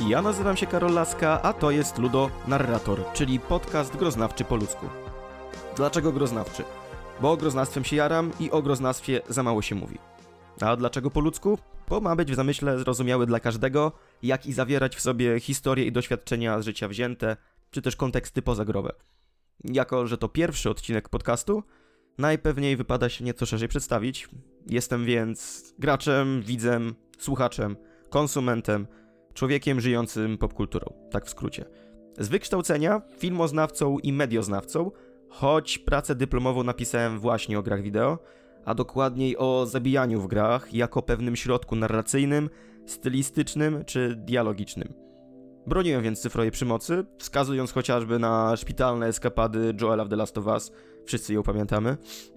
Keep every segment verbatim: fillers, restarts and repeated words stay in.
Ja nazywam się Karol Laska, a to jest Ludo Narrator, czyli podcast groznawczy po ludzku. Dlaczego groznawczy? Bo groznawstwem się jaram i o groznawstwie za mało się mówi. A dlaczego po ludzku? Bo ma być w zamyśle zrozumiały dla każdego, jak i zawierać w sobie historie i doświadczenia z życia wzięte, czy też konteksty pozagrowe. Jako że to pierwszy odcinek podcastu, najpewniej wypada się nieco szerzej przedstawić. Jestem więc graczem, widzem, słuchaczem, konsumentem, człowiekiem żyjącym popkulturą, tak w skrócie. Z wykształcenia filmoznawcą i medioznawcą, choć pracę dyplomową napisałem właśnie o grach wideo, a dokładniej o zabijaniu w grach jako pewnym środku narracyjnym, stylistycznym czy dialogicznym. Broniłem więc cyfrowej przemocy, wskazując chociażby na szpitalne eskapady Joela w The Last of Us, wszyscy ją pamiętamy.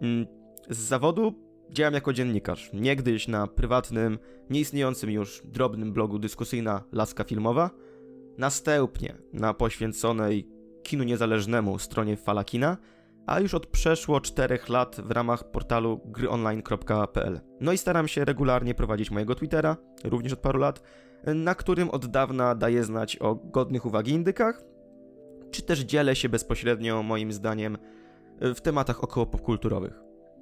Z zawodu działam jako dziennikarz, niegdyś na prywatnym, nieistniejącym już drobnym blogu dyskusyjna Laska Filmowa, następnie na poświęconej kinu niezależnemu stronie Fala Kina, a już od przeszło czterech lat w ramach portalu gry online kropka p l. No i staram się regularnie prowadzić mojego Twittera, również od paru lat, na którym od dawna daję znać o godnych uwagi indykach, czy też dzielę się bezpośrednio moim zdaniem w tematach około popkulturowych.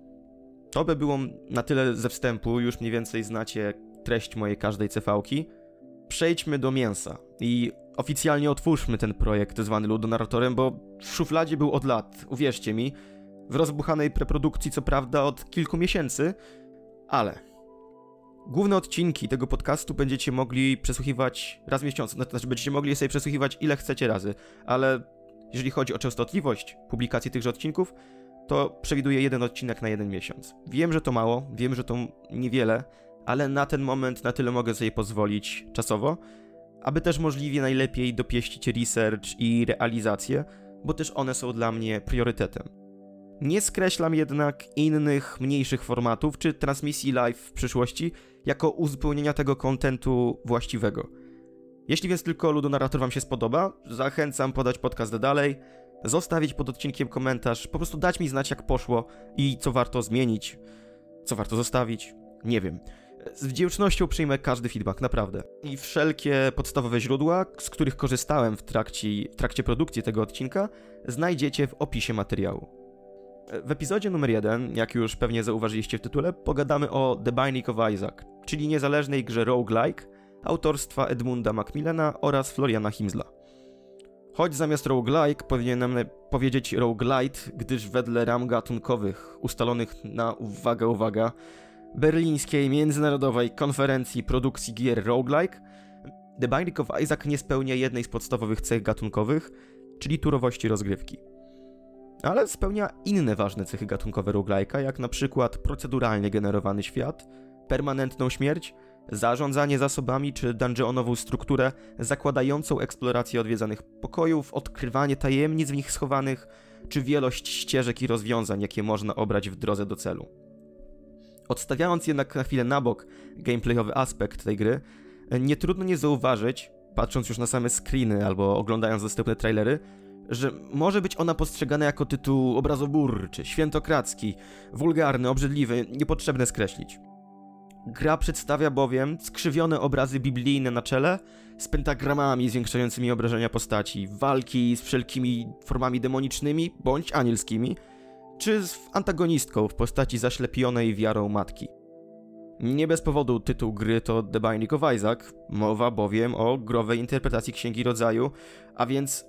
To by było na tyle ze wstępu, już mniej więcej znacie treść mojej każdej cefałki. Przejdźmy do mięsa i oficjalnie otwórzmy ten projekt zwany Ludonarratorem, bo w szufladzie był od lat, uwierzcie mi, w rozbuchanej preprodukcji co prawda od kilku miesięcy, ale główne odcinki tego podcastu będziecie mogli przesłuchiwać raz w miesiącu, znaczy będziecie mogli je sobie przesłuchiwać ile chcecie razy, ale jeżeli chodzi o częstotliwość publikacji tychże odcinków, to przewiduję jeden odcinek na jeden miesiąc. Wiem, że to mało, wiem, że to niewiele, ale na ten moment na tyle mogę sobie pozwolić czasowo, aby też możliwie najlepiej dopieścić research i realizację, bo też one są dla mnie priorytetem. Nie skreślam jednak innych, mniejszych formatów czy transmisji live w przyszłości jako uzupełnienia tego kontentu właściwego. Jeśli więc tylko Ludonarrator wam się spodoba, zachęcam podać podcast dalej, zostawić pod odcinkiem komentarz, po prostu dać mi znać jak poszło i co warto zmienić, co warto zostawić, nie wiem. Z wdzięcznością przyjmę każdy feedback, naprawdę. I wszelkie podstawowe źródła, z których korzystałem w trakcie, w trakcie produkcji tego odcinka, znajdziecie w opisie materiału. W epizodzie numer jeden, jak już pewnie zauważyliście w tytule, pogadamy o The Binding of Isaac, czyli niezależnej grze roguelike autorstwa Edmunda Macmillana oraz Floriana Himsla. Choć zamiast roguelike powinienem powiedzieć roguelite, gdyż wedle ram gatunkowych ustalonych na, uwaga, uwaga, berlińskiej międzynarodowej konferencji produkcji gier roguelike, The Binding of Isaac nie spełnia jednej z podstawowych cech gatunkowych, czyli turowości rozgrywki. Ale spełnia inne ważne cechy gatunkowe roguelike'a, jak na przykład proceduralnie generowany świat, permanentną śmierć, zarządzanie zasobami czy dungeonową strukturę zakładającą eksplorację odwiedzanych pokojów, odkrywanie tajemnic w nich schowanych, czy wielość ścieżek i rozwiązań, jakie można obrać w drodze do celu. Odstawiając jednak na chwilę na bok gameplayowy aspekt tej gry, nie trudno nie zauważyć, patrząc już na same screeny albo oglądając dostępne trailery, że może być ona postrzegana jako tytuł obrazoburczy, świętokradzki, wulgarny, obrzydliwy, niepotrzebne skreślić. Gra przedstawia bowiem skrzywione obrazy biblijne na czele z pentagramami zwiększającymi obrażenia postaci, walki z wszelkimi formami demonicznymi bądź anielskimi, czy z antagonistką w postaci zaślepionej wiarą matki. Nie bez powodu tytuł gry to The Binding of Isaac, mowa bowiem o growej interpretacji Księgi Rodzaju, a więc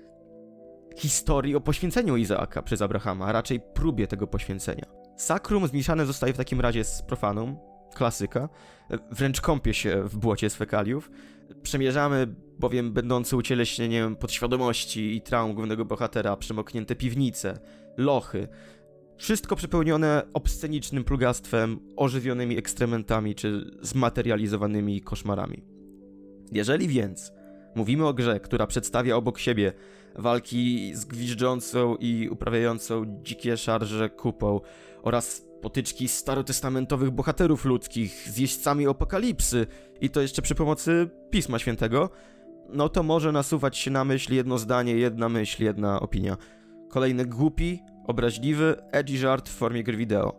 historii o poświęceniu Izaaka przez Abrahama, a raczej próbie tego poświęcenia. Sakrum zmieszane zostaje w takim razie z profanum, klasyka, wręcz kąpie się w błocie z fekaliów. Przemierzamy bowiem będące ucieleśnieniem podświadomości i traum głównego bohatera przemoknięte piwnice, lochy, wszystko przepełnione obscenicznym plugastwem, ożywionymi ekstrementami czy zmaterializowanymi koszmarami. Jeżeli więc mówimy o grze, która przedstawia obok siebie walki z gwiżdżącą i uprawiającą dzikie szarże kupą oraz potyczki starotestamentowych bohaterów ludzkich z jeźdźcami apokalipsy i to jeszcze przy pomocy Pisma Świętego, no to może nasuwać się na myśl jedno zdanie, jedna myśl, jedna opinia. Kolejny głupi, obraźliwy, edgy żart w formie gry wideo.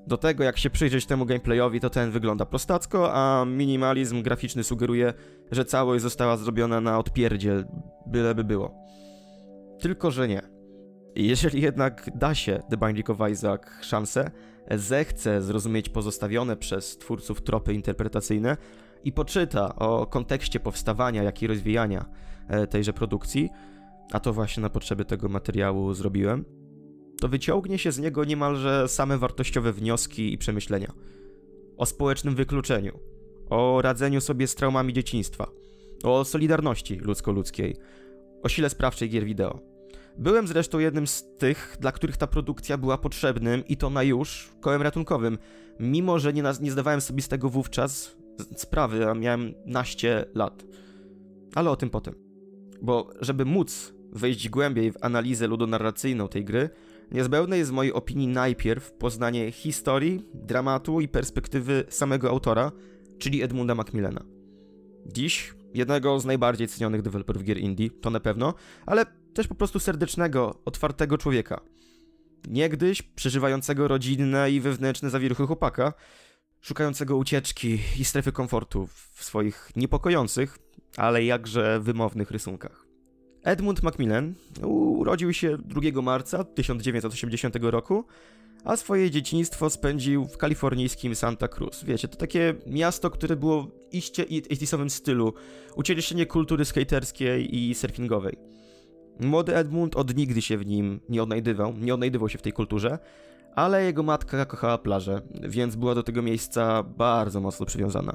Do tego, jak się przyjrzeć temu gameplayowi, to ten wygląda prostacko, a minimalizm graficzny sugeruje, że całość została zrobiona na odpierdziel, byleby było. Tylko, że nie. Jeżeli jednak da się The Binding of Isaac szansę, zechce zrozumieć pozostawione przez twórców tropy interpretacyjne i poczyta o kontekście powstawania, jak i rozwijania tejże produkcji, a to właśnie na potrzeby tego materiału zrobiłem, to wyciągnie się z niego niemalże same wartościowe wnioski i przemyślenia. O społecznym wykluczeniu, o radzeniu sobie z traumami dzieciństwa, o solidarności ludzko-ludzkiej, o sile sprawczej gier wideo. Byłem zresztą jednym z tych, dla których ta produkcja była potrzebnym i to na już kołem ratunkowym, mimo że nie, nie zdawałem sobie z tego wówczas sprawy, a miałem naście lat. Ale o tym potem. Bo żeby móc wejść głębiej w analizę ludonarracyjną tej gry, niezbędne jest w mojej opinii najpierw poznanie historii, dramatu i perspektywy samego autora, czyli Edmunda Macmillana. Dziś jednego z najbardziej cenionych deweloperów gier indie, to na pewno, ale też po prostu serdecznego, otwartego człowieka. Niegdyś przeżywającego rodzinne i wewnętrzne zawieruchy chłopaka, szukającego ucieczki i strefy komfortu w swoich niepokojących, ale jakże wymownych rysunkach. Edmund Macmillan urodził się drugiego marca tysiąc dziewięćset osiemdziesiątego roku, a swoje dzieciństwo spędził w kalifornijskim Santa Cruz. Wiecie, to takie miasto, które było w iście osiemdziesiątym stylu, ucieleśnienie kultury skaterskiej i surfingowej. Młody Edmund od nigdy się w nim nie odnajdywał, nie odnajdywał się w tej kulturze, ale jego matka kochała plażę, więc była do tego miejsca bardzo mocno przywiązana.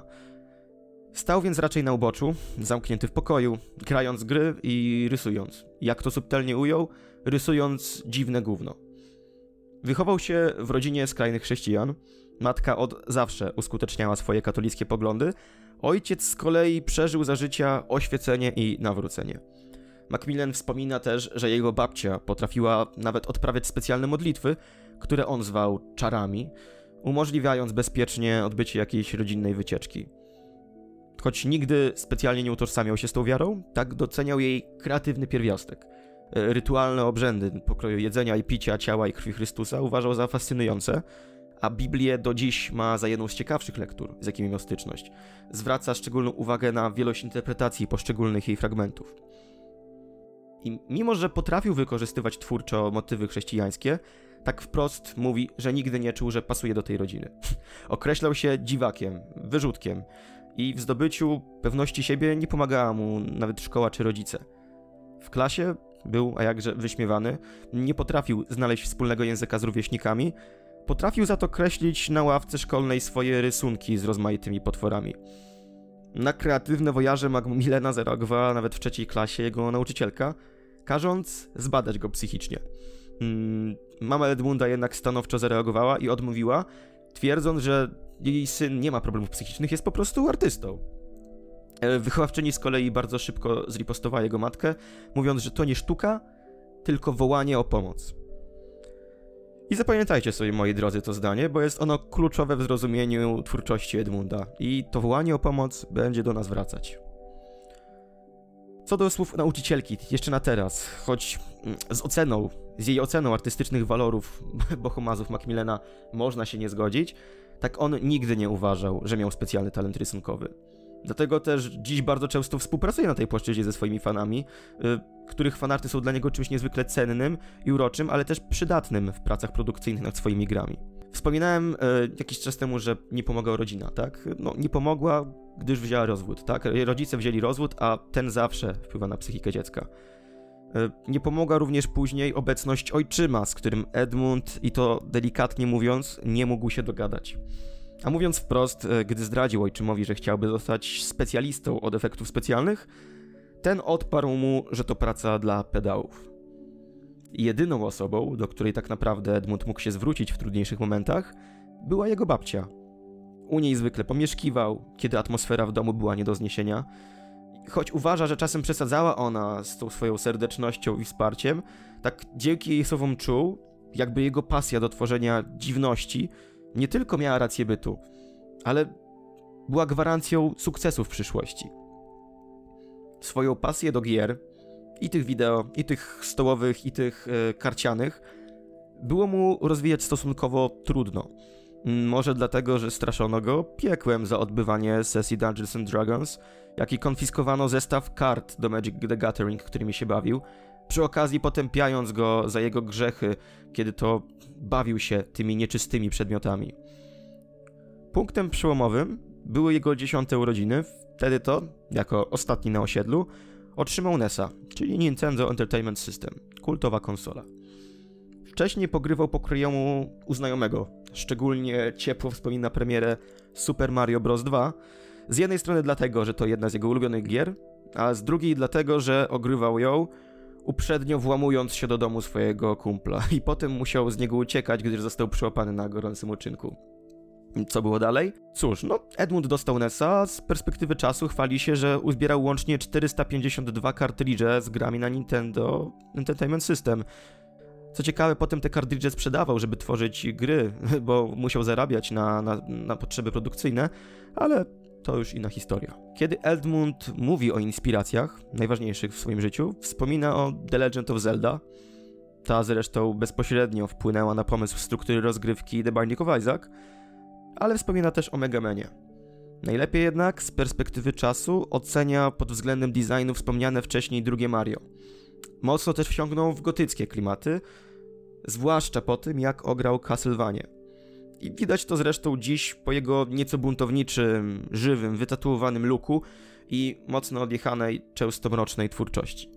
Stał więc raczej na uboczu, zamknięty w pokoju, grając gry i rysując. Jak to subtelnie ujął, rysując dziwne gówno. Wychował się w rodzinie skrajnych chrześcijan, matka od zawsze uskuteczniała swoje katolickie poglądy, ojciec z kolei przeżył za życia oświecenie i nawrócenie. Macmillan wspomina też, że jego babcia potrafiła nawet odprawiać specjalne modlitwy, które on zwał czarami, umożliwiając bezpiecznie odbycie jakiejś rodzinnej wycieczki. Choć nigdy specjalnie nie utożsamiał się z tą wiarą, tak doceniał jej kreatywny pierwiastek. Rytualne obrzędy pokroju jedzenia i picia ciała i krwi Chrystusa uważał za fascynujące, a Biblię do dziś ma za jedną z ciekawszych lektur, z jakimi miał styczność. Zwraca szczególną uwagę na wielość interpretacji poszczególnych jej fragmentów. I mimo, że potrafił wykorzystywać twórczo motywy chrześcijańskie, tak wprost mówi, że nigdy nie czuł, że pasuje do tej rodziny. Określał się dziwakiem, wyrzutkiem i w zdobyciu pewności siebie nie pomagała mu nawet szkoła czy rodzice. W klasie był, a jakże wyśmiewany, nie potrafił znaleźć wspólnego języka z rówieśnikami, potrafił za to kreślić na ławce szkolnej swoje rysunki z rozmaitymi potworami. Na kreatywne wojaże Macmillana zareagowała nawet w trzeciej klasie jego nauczycielka, każąc zbadać go psychicznie. Hmm, mama Edmunda jednak stanowczo zareagowała i odmówiła, twierdząc, że jej syn nie ma problemów psychicznych, jest po prostu artystą. Wychowawczyni z kolei bardzo szybko zripostowała jego matkę, mówiąc, że to nie sztuka, tylko wołanie o pomoc. I zapamiętajcie sobie, moi drodzy, to zdanie, bo jest ono kluczowe w zrozumieniu twórczości Edmunda i to wołanie o pomoc będzie do nas wracać. Co do słów nauczycielki, jeszcze na teraz, choć z oceną, z jej oceną artystycznych walorów bohomazów Macmillana można się nie zgodzić, tak on nigdy nie uważał, że miał specjalny talent rysunkowy. Dlatego też dziś bardzo często współpracuje na tej płaszczyźnie ze swoimi fanami, yy, których fanarty są dla niego czymś niezwykle cennym i uroczym, ale też przydatnym w pracach produkcyjnych nad swoimi grami. Wspominałem yy, jakiś czas temu, że nie pomogła rodzina, tak? No, nie pomogła, gdyż wzięła rozwód, tak? Rodzice wzięli rozwód, a ten zawsze wpływa na psychikę dziecka. Yy, nie pomogła również później obecność ojczyma, z którym Edmund, i to delikatnie mówiąc, nie mógł się dogadać. A mówiąc wprost, gdy zdradził ojczymowi, że chciałby zostać specjalistą od efektów specjalnych, ten odparł mu, że to praca dla pedałów. Jedyną osobą, do której tak naprawdę Edmund mógł się zwrócić w trudniejszych momentach, była jego babcia. U niej zwykle pomieszkiwał, kiedy atmosfera w domu była nie do zniesienia. Choć uważa, że czasem przesadzała ona z tą swoją serdecznością i wsparciem, tak dzięki jej słowom czuł, jakby jego pasja do tworzenia dziwności nie tylko miała rację bytu, ale była gwarancją sukcesu w przyszłości. Swoją pasję do gier, i tych wideo, i tych stołowych, i tych e, karcianych, było mu rozwijać stosunkowo trudno. Może dlatego, że straszono go piekłem za odbywanie sesji Dungeons and Dragons, jak i konfiskowano zestaw kart do Magic the Gathering, którymi się bawił, przy okazji potępiając go za jego grzechy, kiedy to bawił się tymi nieczystymi przedmiotami. Punktem przełomowym były jego dziesiąte urodziny. Wtedy to, jako ostatni na osiedlu, otrzymał N E S a, czyli Nintendo Entertainment System, kultowa konsola. Wcześniej pogrywał pokryjomu u znajomego, szczególnie ciepło wspomina premierę Super Mario Bros. dwa, z jednej strony dlatego, że to jedna z jego ulubionych gier, a z drugiej dlatego, że ogrywał ją, uprzednio włamując się do domu swojego kumpla i potem musiał z niego uciekać, gdyż został przyłapany na gorącym uczynku. Co było dalej? Cóż, no Edmund dostał N E S a, z perspektywy czasu chwali się, że uzbierał łącznie czterysta pięćdziesiąt dwa kartridże z grami na Nintendo Entertainment System. Co ciekawe, potem te kartridże sprzedawał, żeby tworzyć gry, bo musiał zarabiać na, na, na potrzeby produkcyjne, ale to już inna historia. Kiedy Edmund mówi o inspiracjach, najważniejszych w swoim życiu, wspomina o The Legend of Zelda. Ta zresztą bezpośrednio wpłynęła na pomysł struktury rozgrywki The Binding of Isaac, ale wspomina też o Mega Manie. Najlepiej jednak z perspektywy czasu ocenia pod względem designu wspomniane wcześniej drugie Mario. Mocno też wsiągnął w gotyckie klimaty, zwłaszcza po tym, jak ograł Castlevanię. I widać to zresztą dziś po jego nieco buntowniczym, żywym, wytatuowanym looku i mocno odjechanej, często mrocznej twórczości.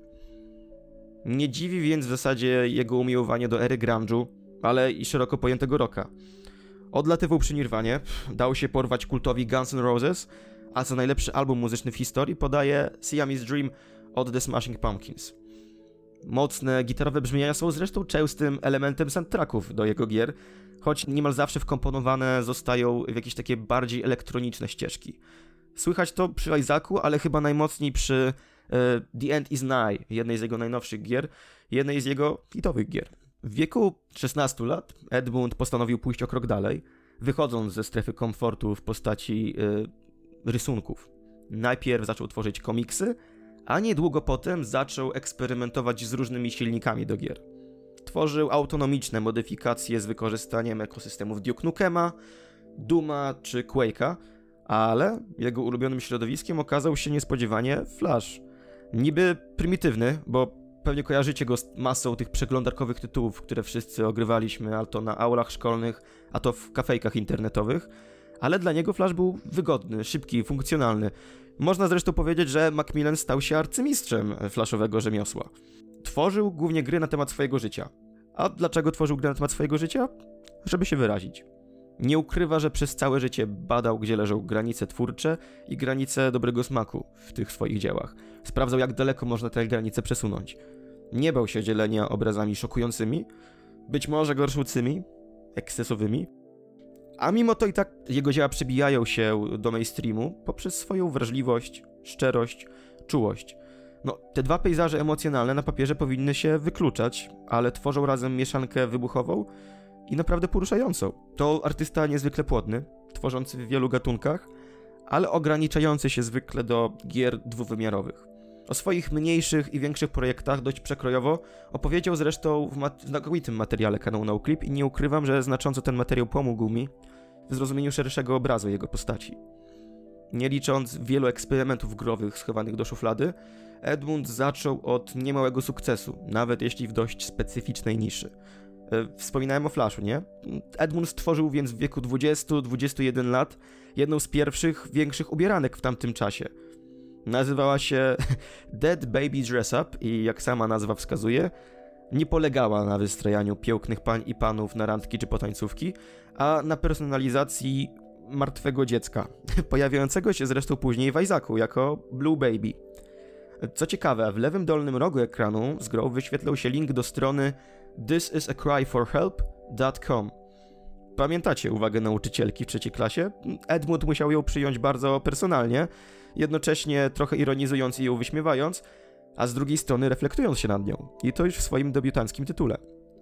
Nie dziwi więc w zasadzie jego umiłowanie do ery grunge'u, ale i szeroko pojętego rocka. Odlatywał przy Nirwanie, dał się porwać kultowi Guns N' Roses, a za najlepszy album muzyczny w historii podaje Siamese Dream od The Smashing Pumpkins. Mocne gitarowe brzmienia są zresztą częstym elementem soundtracków do jego gier, choć niemal zawsze wkomponowane zostają w jakieś takie bardziej elektroniczne ścieżki. Słychać to przy Isaacu, ale chyba najmocniej przy e, The End Is Nigh, jednej z jego najnowszych gier, jednej z jego hitowych gier. W wieku szesnastu lat Edmund postanowił pójść o krok dalej, wychodząc ze strefy komfortu w postaci e, rysunków. Najpierw zaczął tworzyć komiksy, a niedługo potem zaczął eksperymentować z różnymi silnikami do gier. Tworzył autonomiczne modyfikacje z wykorzystaniem ekosystemów Duke Nukema, Dooma czy Quake'a, ale jego ulubionym środowiskiem okazał się niespodziewanie Flash. Niby prymitywny, bo pewnie kojarzycie go z masą tych przeglądarkowych tytułów, które wszyscy ogrywaliśmy, a to na aulach szkolnych, a to w kafejkach internetowych, ale dla niego Flash był wygodny, szybki, funkcjonalny. Można zresztą powiedzieć, że Macmillan stał się arcymistrzem flashowego rzemiosła. Tworzył głównie gry na temat swojego życia. A dlaczego tworzył gry na temat swojego życia? Żeby się wyrazić. Nie ukrywa, że przez całe życie badał, gdzie leżą granice twórcze i granice dobrego smaku w tych swoich dziełach. Sprawdzał, jak daleko można te granice przesunąć. Nie bał się dzielenia obrazami szokującymi, być może gorszącymi, ekscesowymi, a mimo to i tak jego dzieła przebijają się do mainstreamu poprzez swoją wrażliwość, szczerość, czułość. No, te dwa pejzaże emocjonalne na papierze powinny się wykluczać, ale tworzą razem mieszankę wybuchową i naprawdę poruszającą. To artysta niezwykle płodny, tworzący w wielu gatunkach, ale ograniczający się zwykle do gier dwuwymiarowych. O swoich mniejszych i większych projektach dość przekrojowo opowiedział zresztą w, mat- w znakomitym materiale kanału NoClip i nie ukrywam, że znacząco ten materiał pomógł mi w zrozumieniu szerszego obrazu jego postaci. Nie licząc wielu eksperymentów growych schowanych do szuflady, Edmund zaczął od niemałego sukcesu, nawet jeśli w dość specyficznej niszy. Wspominałem o Flashu, nie? Edmund stworzył więc w wieku dwudziestu do dwudziestu jeden lat jedną z pierwszych większych ubieranek w tamtym czasie. Nazywała się Dead Baby Dress Up i jak sama nazwa wskazuje, nie polegała na wystrajaniu pięknych pań i panów na randki czy potańcówki, a na personalizacji martwego dziecka, pojawiającego się zresztą później w Isaacu jako Blue Baby. Co ciekawe, w lewym dolnym rogu ekranu z grą wyświetlał się link do strony this is a cry for help dot com. Pamiętacie uwagę nauczycielki w trzeciej klasie? Edmund musiał ją przyjąć bardzo personalnie, jednocześnie trochę ironizując i ją wyśmiewając, a z drugiej strony reflektując się nad nią. I to już w swoim debiutanckim tytule.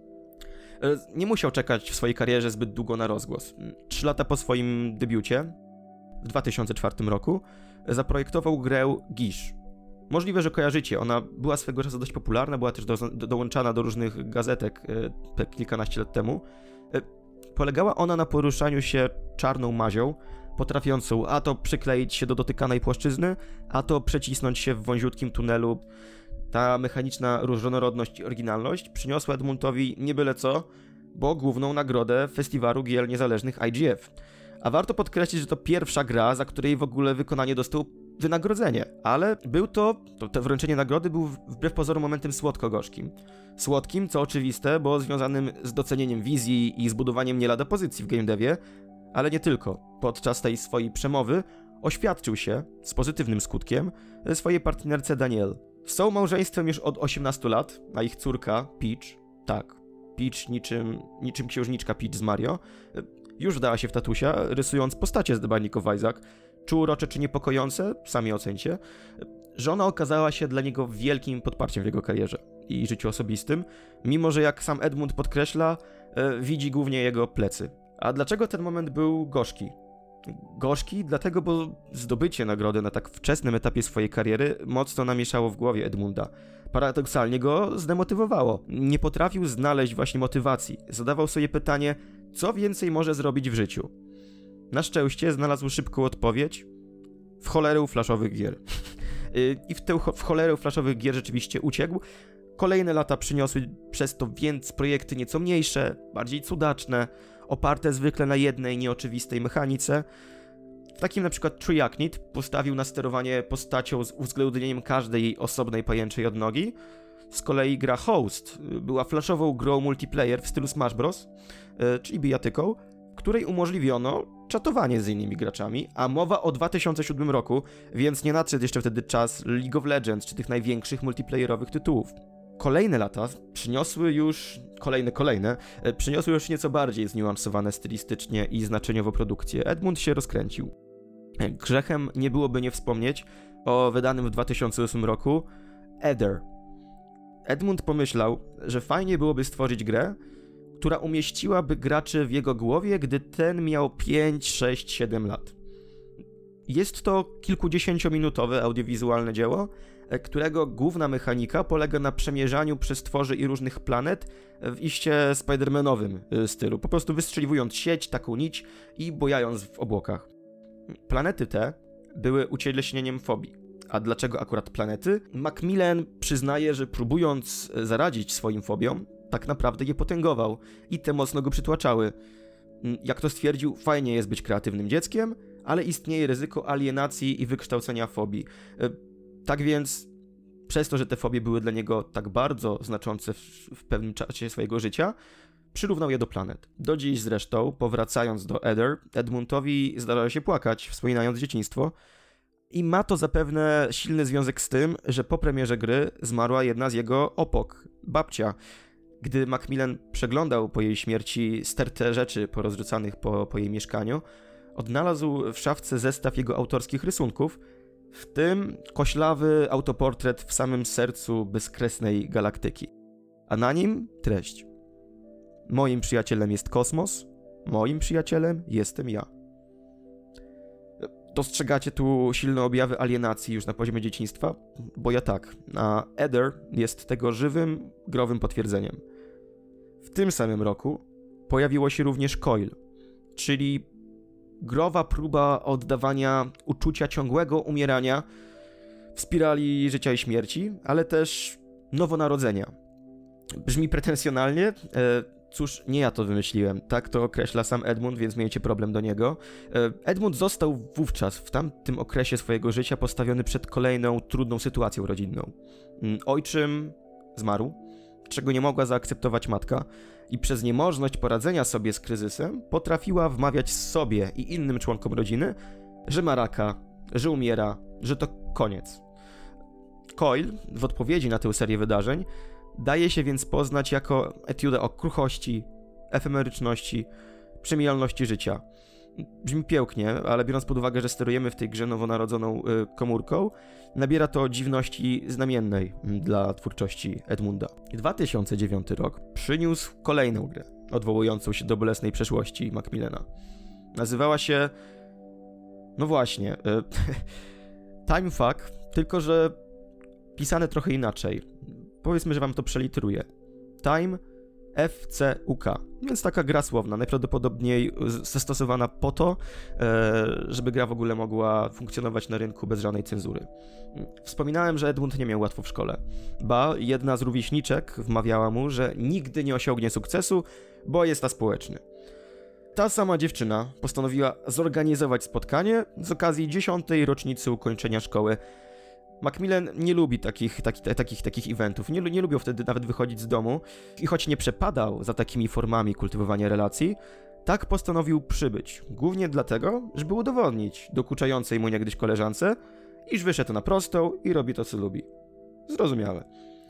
Nie musiał czekać w swojej karierze zbyt długo na rozgłos. Trzy lata po swoim debiucie, w dwa tysiące czwartym roku, zaprojektował grę Gish. Możliwe, że kojarzycie, ona była swego czasu dość popularna, była też do, do, dołączana do różnych gazetek e, kilkanaście lat temu. E, Polegała ona na poruszaniu się czarną mazią, potrafiącą a to przykleić się do dotykanej płaszczyzny, a to przecisnąć się w wąziutkim tunelu. Ta mechaniczna różnorodność i oryginalność przyniosła Edmundowi nie byle co, bo główną nagrodę festiwalu gier niezależnych I G F. A warto podkreślić, że to pierwsza gra, za której w ogóle wykonanie dostał wynagrodzenie, ale był to, to, to wręczenie nagrody był wbrew pozorom momentem słodko-gorzkim. Słodkim, co oczywiste, bo związanym z docenieniem wizji i zbudowaniem nie lada pozycji w game devie, ale nie tylko. Podczas tej swojej przemowy oświadczył się, z pozytywnym skutkiem, swojej partnerce Danielle. Są małżeństwem już od osiemnastu lat, a ich córka, Peach, tak, Peach niczym, niczym księżniczka Peach z Mario, już wdała się w tatusia, rysując postacie z The Binding of Isaac. Czy urocze, czy niepokojące, sami ocencie. Żona okazała się dla niego wielkim podparciem w jego karierze i życiu osobistym, mimo że jak sam Edmund podkreśla, e, widzi głównie jego plecy. A dlaczego ten moment był gorzki? Gorzki dlatego, bo zdobycie nagrody na tak wczesnym etapie swojej kariery mocno namieszało w głowie Edmunda. Paradoksalnie go zdemotywowało. Nie potrafił znaleźć właśnie motywacji. Zadawał sobie pytanie, co więcej może zrobić w życiu. Na szczęście znalazł szybką odpowiedź: w cholerę flashowych gier. I w tę w cholerę flashowych gier rzeczywiście uciekł. Kolejne lata przyniosły przez to więc projekty nieco mniejsze, bardziej cudaczne, oparte zwykle na jednej nieoczywistej mechanice. W takim na przykład Triaknit postawił na sterowanie postacią z uwzględnieniem każdej jej osobnej pajęczej odnogi. Z kolei gra Host była flashową grą multiplayer w stylu Smash Bros., czyli bijatyką, której umożliwiono czatowanie z innymi graczami, a mowa o dwa tysiące siódmym roku, więc nie nadszedł jeszcze wtedy czas League of Legends czy tych największych multiplayerowych tytułów. Kolejne lata przyniosły już, kolejne, kolejne, przyniosły już nieco bardziej zniuansowane stylistycznie i znaczeniowo produkcje. Edmund się rozkręcił. Grzechem nie byłoby nie wspomnieć o wydanym w dwa tysiące ósmym roku Ether. Edmund pomyślał, że fajnie byłoby stworzyć grę, która umieściłaby graczy w jego głowie, gdy ten miał pięć, sześć, siedem lat. Jest to kilkudziesięciominutowe audiowizualne dzieło, którego główna mechanika polega na przemierzaniu przestworzy i różnych planet w iście Spider-Manowym stylu, po prostu wystrzeliwując sieć, taką nić i bojając w obłokach. Planety te były ucieleśnieniem fobii. A dlaczego akurat planety? Macmillan przyznaje, że próbując zaradzić swoim fobiom, tak naprawdę je potęgował i te mocno go przytłaczały. Jak to stwierdził, fajnie jest być kreatywnym dzieckiem, ale istnieje ryzyko alienacji i wykształcenia fobii. Tak więc, przez to, że te fobie były dla niego tak bardzo znaczące w, w pewnym czasie swojego życia, przyrównał je do planet. Do dziś zresztą, powracając do Ether, Edmundowi zdarza się płakać, wspominając dzieciństwo, i ma to zapewne silny związek z tym, że po premierze gry zmarła jedna z jego opok, babcia. Gdy Macmillan przeglądał po jej śmierci stertę rzeczy porozrzucanych po, po jej mieszkaniu, odnalazł w szafce zestaw jego autorskich rysunków, w tym koślawy autoportret w samym sercu bezkresnej galaktyki. A na nim treść: moim przyjacielem jest kosmos, moim przyjacielem jestem ja. Dostrzegacie tu silne objawy alienacji już na poziomie dzieciństwa? Bo ja tak, a Ether jest tego żywym, growym potwierdzeniem. W tym samym roku pojawiło się również Coil, czyli growa próba oddawania uczucia ciągłego umierania w spirali życia i śmierci, ale też nowonarodzenia. Brzmi pretensjonalnie, e, cóż, nie ja to wymyśliłem, tak to określa sam Edmund, więc miejcie problem do niego. Edmund został wówczas, w tamtym okresie swojego życia, postawiony przed kolejną trudną sytuacją rodzinną. Ojczym zmarł, czego nie mogła zaakceptować matka, i przez niemożność poradzenia sobie z kryzysem potrafiła wmawiać sobie i innym członkom rodziny, że ma raka, że umiera, że to koniec. Coil, w odpowiedzi na tę serię wydarzeń, daje się więc poznać jako etiuda o kruchości, efemeryczności, przemijalności życia. Brzmi pięknie, ale biorąc pod uwagę, że sterujemy w tej grze nowonarodzoną y, komórką, nabiera to dziwności znamiennej dla twórczości Edmunda. dwa tysiące dziewiąty rok przyniósł kolejną grę, odwołującą się do bolesnej przeszłości Macmillana. Nazywała się... no właśnie... Y, Time Fuck, tylko że pisane trochę inaczej. Powiedzmy, że wam to przeliteruję. Time F C U K, więc taka gra słowna, najprawdopodobniej zastosowana po to, żeby gra w ogóle mogła funkcjonować na rynku bez żadnej cenzury. Wspominałem, że Edmund nie miał łatwo w szkole, ba jedna z rówieśniczek wmawiała mu, że nigdy nie osiągnie sukcesu, bo jest aspołeczny. Ta sama dziewczyna postanowiła zorganizować spotkanie z okazji dziesiątej rocznicy ukończenia szkoły. Macmillan nie lubi takich, takich, takich, takich eventów, nie, nie lubił wtedy nawet wychodzić z domu i choć nie przepadał za takimi formami kultywowania relacji, tak postanowił przybyć, głównie dlatego, żeby udowodnić dokuczającej mu niegdyś koleżance, iż wyszedł na prostą i robi to, co lubi. Zrozumiałe.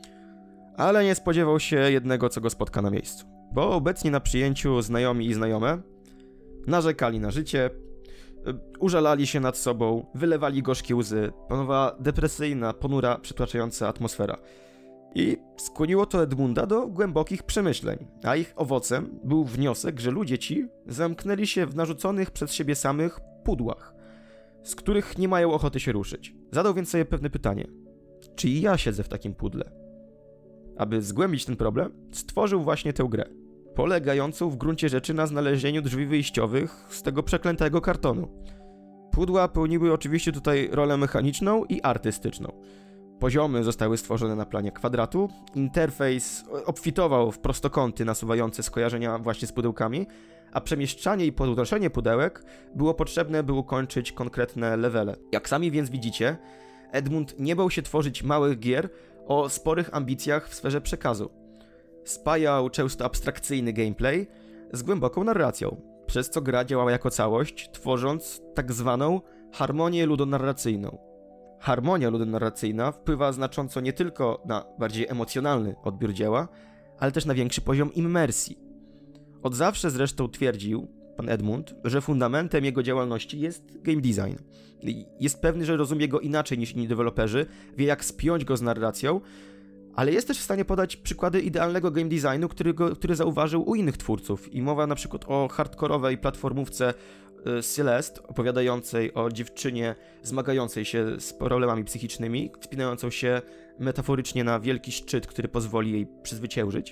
Ale nie spodziewał się jednego, co go spotka na miejscu, bo obecnie na przyjęciu znajomi i znajome narzekali na życie, użalali się nad sobą, wylewali gorzkie łzy, panowała depresyjna, ponura, przytłaczająca atmosfera. I skłoniło to Edmunda do głębokich przemyśleń, a ich owocem był wniosek, że ludzie ci zamknęli się w narzuconych przez siebie samych pudłach, z których nie mają ochoty się ruszyć. Zadał więc sobie pewne pytanie, czy i ja siedzę w takim pudle? Aby zgłębić ten problem, stworzył właśnie tę grę, polegającą w gruncie rzeczy na znalezieniu drzwi wyjściowych z tego przeklętego kartonu. Pudła pełniły oczywiście tutaj rolę mechaniczną i artystyczną. Poziomy zostały stworzone na planie kwadratu, interfejs obfitował w prostokąty nasuwające skojarzenia właśnie z pudełkami, a przemieszczanie i podnoszenie pudełek było potrzebne, by ukończyć konkretne levele. Jak sami więc widzicie, Edmund nie bał się tworzyć małych gier o sporych ambicjach w sferze przekazu. Spajał często abstrakcyjny gameplay z głęboką narracją, przez co gra działała jako całość, tworząc tak zwaną harmonię ludonarracyjną. Harmonia ludonarracyjna wpływa znacząco nie tylko na bardziej emocjonalny odbiór dzieła, ale też na większy poziom immersji. Od zawsze zresztą twierdził pan Edmund, że fundamentem jego działalności jest game design. Jest pewny, że rozumie go inaczej niż inni deweloperzy, wie jak spiąć go z narracją, ale jest też w stanie podać przykłady idealnego game designu, który, go, który zauważył u innych twórców. I mowa na przykład o hardkorowej platformówce y, Celeste, opowiadającej o dziewczynie zmagającej się z problemami psychicznymi, wspinającą się metaforycznie na wielki szczyt, który pozwoli jej przezwyciężyć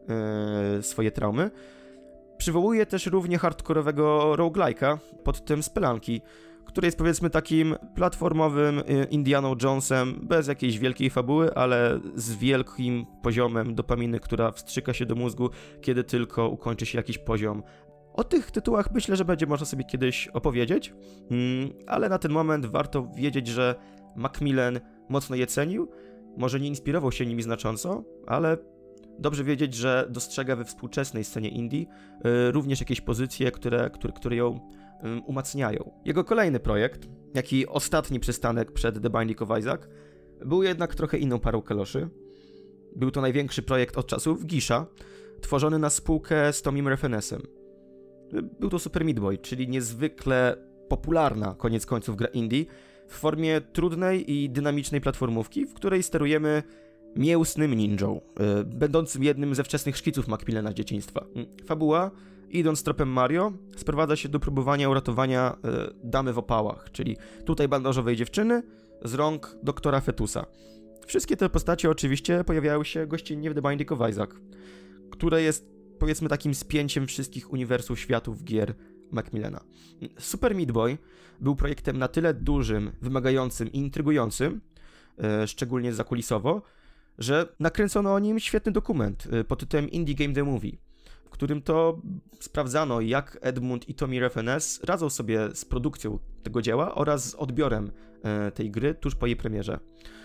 y, swoje traumy. Przywołuje też równie hardkorowego roguelike'a pod tym Spelanki, który jest powiedzmy takim platformowym Indianą Jonesem, bez jakiejś wielkiej fabuły, ale z wielkim poziomem dopaminy, która wstrzyka się do mózgu, kiedy tylko ukończy się jakiś poziom. O tych tytułach myślę, że będzie można sobie kiedyś opowiedzieć, ale na ten moment warto wiedzieć, że Macmillan mocno je cenił, może nie inspirował się nimi znacząco, ale dobrze wiedzieć, że dostrzega we współczesnej scenie indie również jakieś pozycje, które, które, które ją umacniają. Jego kolejny projekt, jak i ostatni przystanek przed The Binding of Isaac, był jednak trochę inną parą kaloszy. Był to największy projekt od czasów Gisha, tworzony na spółkę z Tomim Refenesem. Był to Super Meat Boy, czyli niezwykle popularna, koniec końców, gra indie, w formie trudnej i dynamicznej platformówki, w której sterujemy mięsnym ninją, yy, będącym jednym ze wczesnych szkiców Macmillana z dzieciństwa. Fabuła, idąc tropem Mario, sprowadza się do próbowania uratowania yy, damy w opałach, czyli tutaj bandażowej dziewczyny z rąk doktora Fetusa. Wszystkie te postacie oczywiście pojawiały się gościnnie w The Binding of Isaac, które jest powiedzmy takim spięciem wszystkich uniwersów światów gier Macmillana. Super Meat Boy był projektem na tyle dużym, wymagającym i intrygującym, yy, szczególnie zakulisowo, że nakręcono o nim świetny dokument pod tytułem Indie Game The Movie, w którym to sprawdzano, jak Edmund i Tommy Refenes radzą sobie z produkcją tego dzieła oraz z odbiorem tej gry tuż po jej premierze.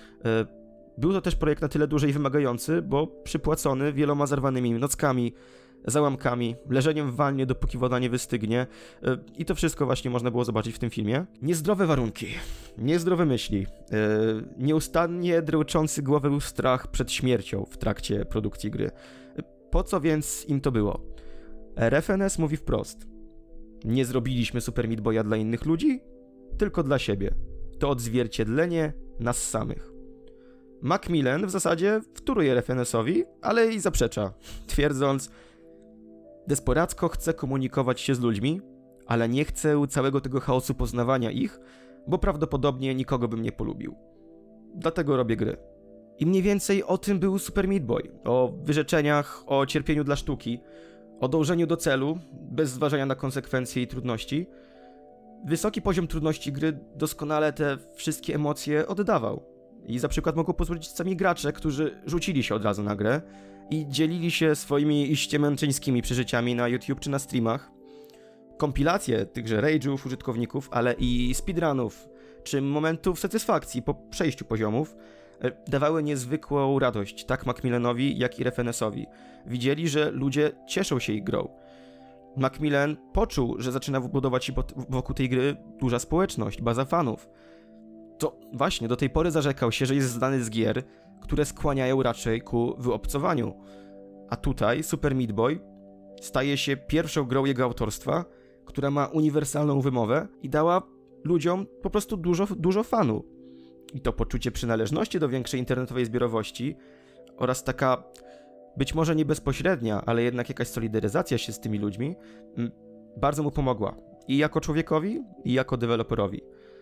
Był to też projekt na tyle duży i wymagający, bo przypłacony wieloma zarwanymi nockami, załamkami, leżeniem w wannie, dopóki woda nie wystygnie. I to wszystko właśnie można było zobaczyć w tym filmie. Niezdrowe warunki, niezdrowe myśli, nieustannie dręczący głowę strach przed śmiercią w trakcie produkcji gry. Po co więc im to było? Refenes mówi wprost: nie zrobiliśmy Super Meat Boya dla innych ludzi, tylko dla siebie. To odzwierciedlenie nas samych. Macmillan w zasadzie wtóruje Refenesowi, ale i zaprzecza, twierdząc: desperacko chce komunikować się z ludźmi, ale nie chcę całego tego chaosu poznawania ich, bo prawdopodobnie nikogo bym nie polubił. Dlatego robię gry. I mniej więcej o tym był Super Meat Boy. O wyrzeczeniach, o cierpieniu dla sztuki, o dążeniu do celu, bez zważania na konsekwencje i trudności. Wysoki poziom trudności gry doskonale te wszystkie emocje oddawał. I za przykład mogą pozwolić sami gracze, którzy rzucili się od razu na grę i dzielili się swoimi iście męczeńskimi przeżyciami na YouTube czy na streamach. Kompilacje tychże rage'ów użytkowników, ale i speedrunów, czy momentów satysfakcji po przejściu poziomów dawały niezwykłą radość tak Macmillanowi, jak i Refenesowi. Widzieli, że ludzie cieszą się ich grą. Macmillan poczuł, że zaczyna budować się wokół tej gry duża społeczność, baza fanów. To właśnie do tej pory zarzekał się, że jest znany z gier, które skłaniają raczej ku wyobcowaniu. A tutaj Super Meat Boy staje się pierwszą grą jego autorstwa, która ma uniwersalną wymowę i dała ludziom po prostu dużo, dużo fanu. I to poczucie przynależności do większej internetowej zbiorowości oraz taka być może nie bezpośrednia, ale jednak jakaś solidaryzacja się z tymi ludźmi bardzo mu pomogła. I jako człowiekowi, i jako deweloperowi.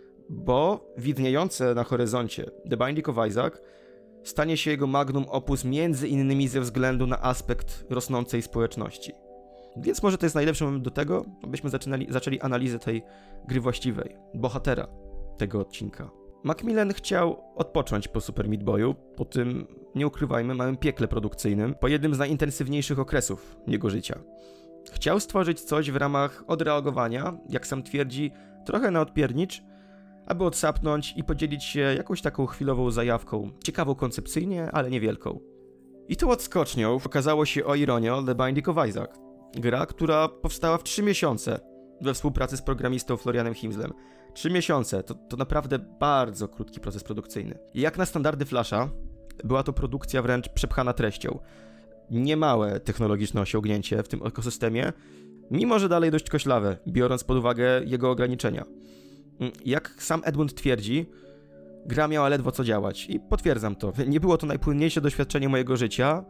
Bo widniejące na horyzoncie The Binding of Isaac stanie się jego magnum opus między innymi ze względu na aspekt rosnącej społeczności. Więc może to jest najlepszy moment do tego, abyśmy zaczynali, zaczęli analizę tej gry właściwej, bohatera tego odcinka. Macmillan chciał odpocząć po Super Meat Boyu, po tym, nie ukrywajmy, małym piekle produkcyjnym, po jednym z najintensywniejszych okresów jego życia. Chciał stworzyć coś w ramach odreagowania, jak sam twierdzi, trochę na odpiernicz, aby odsapnąć i podzielić się jakąś taką chwilową zajawką, ciekawą koncepcyjnie, ale niewielką. I tu odskocznią okazało się, o ironio, The Binding of Isaac. Gra, która powstała w trzy miesiące we współpracy z programistą Florianem Himslem. Trzy miesiące to, to naprawdę bardzo krótki proces produkcyjny. I jak na standardy Flasha, była to produkcja wręcz przepchana treścią. Niemałe technologiczne osiągnięcie w tym ekosystemie, mimo że dalej dość koślawe, biorąc pod uwagę jego ograniczenia. Jak sam Edmund twierdzi, gra miała ledwo co działać i potwierdzam to. Nie było to najpłynniejsze doświadczenie mojego życia.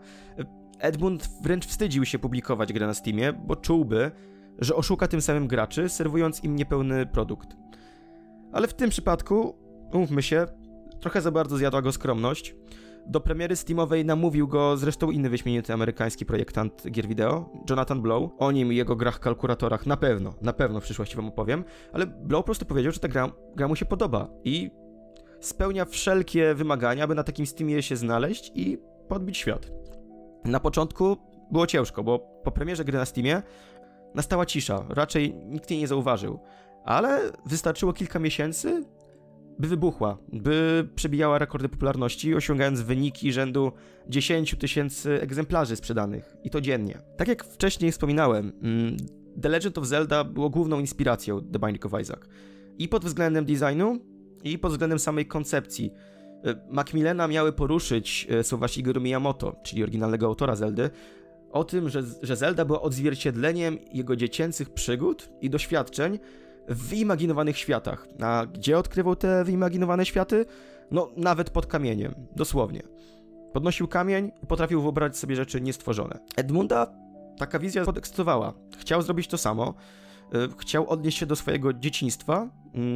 Edmund wręcz wstydził się publikować grę na Steamie, bo czułby, że oszuka tym samym graczy, serwując im niepełny produkt. Ale w tym przypadku, umówmy się, trochę za bardzo zjadła go skromność. Do premiery Steamowej namówił go zresztą inny wyśmienity amerykański projektant gier wideo, Jonathan Blow. O nim i jego grach kalkulatorach na pewno, na pewno w przyszłości wam opowiem, ale Blow po prostu powiedział, że ta gra, gra mu się podoba i spełnia wszelkie wymagania, aby na takim Steamie się znaleźć i podbić świat. Na początku było ciężko, bo po premierze gry na Steamie nastała cisza, raczej nikt jej nie zauważył, ale wystarczyło kilka miesięcy, by wybuchła, by przebijała rekordy popularności, osiągając wyniki rzędu dziesięć tysięcy egzemplarzy sprzedanych, i to dziennie. Tak jak wcześniej wspominałem, The Legend of Zelda było główną inspiracją The Binding of Isaac. I pod względem designu, i pod względem samej koncepcji. Macmillana miały poruszyć słowa Shigeru Miyamoto, czyli oryginalnego autora Zeldy, o tym, że, że Zelda była odzwierciedleniem jego dziecięcych przygód i doświadczeń w wyimaginowanych światach. A gdzie odkrywał te wyimaginowane światy? No, nawet pod kamieniem, dosłownie. Podnosił kamień i potrafił wyobrazić sobie rzeczy niestworzone. Edmunda taka wizja podekscytowała. Chciał zrobić to samo. Chciał odnieść się do swojego dzieciństwa,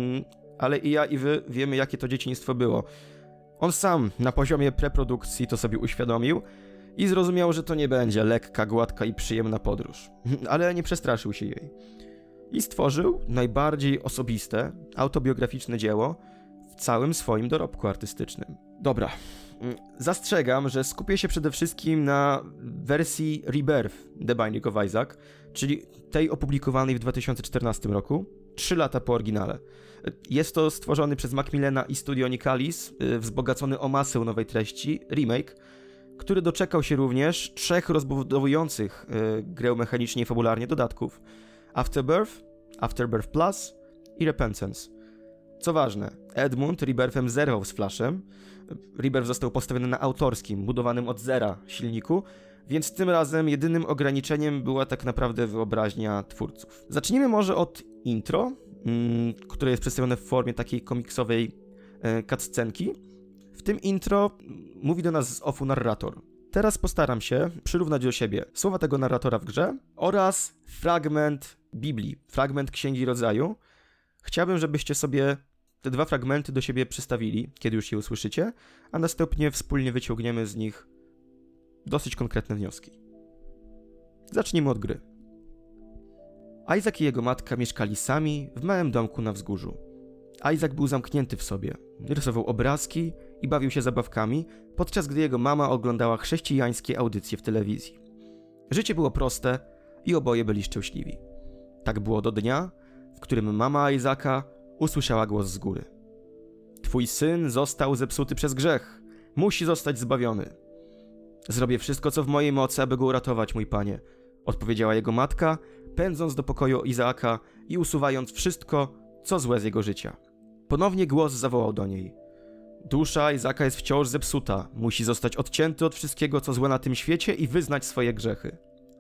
ale i ja, i wy wiemy, jakie to dzieciństwo było. On sam na poziomie preprodukcji to sobie uświadomił i zrozumiał, że to nie będzie lekka, gładka i przyjemna podróż. Ale nie przestraszył się jej. I stworzył najbardziej osobiste, autobiograficzne dzieło w całym swoim dorobku artystycznym. Dobra, zastrzegam, że skupię się przede wszystkim na wersji Rebirth The Binding of Isaac, czyli tej opublikowanej w dwa tysiące czternastym roku, trzy lata po oryginale. Jest to stworzony przez Macmillana i Studio Nicalis, wzbogacony o masę nowej treści, remake, który doczekał się również trzech rozbudowujących grę mechanicznie i fabularnie dodatków: Afterbirth, Afterbirth Plus i Repentance. Co ważne, Edmund Rebirthem zerwał z Flashem. Rebirth został postawiony na autorskim, budowanym od zera silniku, więc tym razem jedynym ograniczeniem była tak naprawdę wyobraźnia twórców. Zacznijmy może od intro, mm, które jest przedstawione w formie takiej komiksowej e, cutscenki. W tym intro mówi do nas z offu narrator. Teraz postaram się przyrównać do siebie słowa tego narratora w grze oraz fragment Biblii, fragment Księgi Rodzaju. Chciałbym, żebyście sobie te dwa fragmenty do siebie przystawili, kiedy już je usłyszycie, a następnie wspólnie wyciągniemy z nich dosyć konkretne wnioski. Zacznijmy od gry. Isaac i jego matka mieszkali sami w małym domku na wzgórzu. Isaac był zamknięty w sobie, rysował obrazki i bawił się zabawkami, podczas gdy jego mama oglądała chrześcijańskie audycje w telewizji. Życie było proste i oboje byli szczęśliwi. Tak było do dnia, w którym mama Isaaca usłyszała głos z góry. Twój syn został zepsuty przez grzech. Musi zostać zbawiony. Zrobię wszystko, co w mojej mocy, aby go uratować, mój panie, odpowiedziała jego matka, pędząc do pokoju Izaaka i usuwając wszystko, co złe z jego życia. Ponownie głos zawołał do niej. Dusza Izaaka jest wciąż zepsuta. Musi zostać odcięty od wszystkiego, co złe na tym świecie i wyznać swoje grzechy.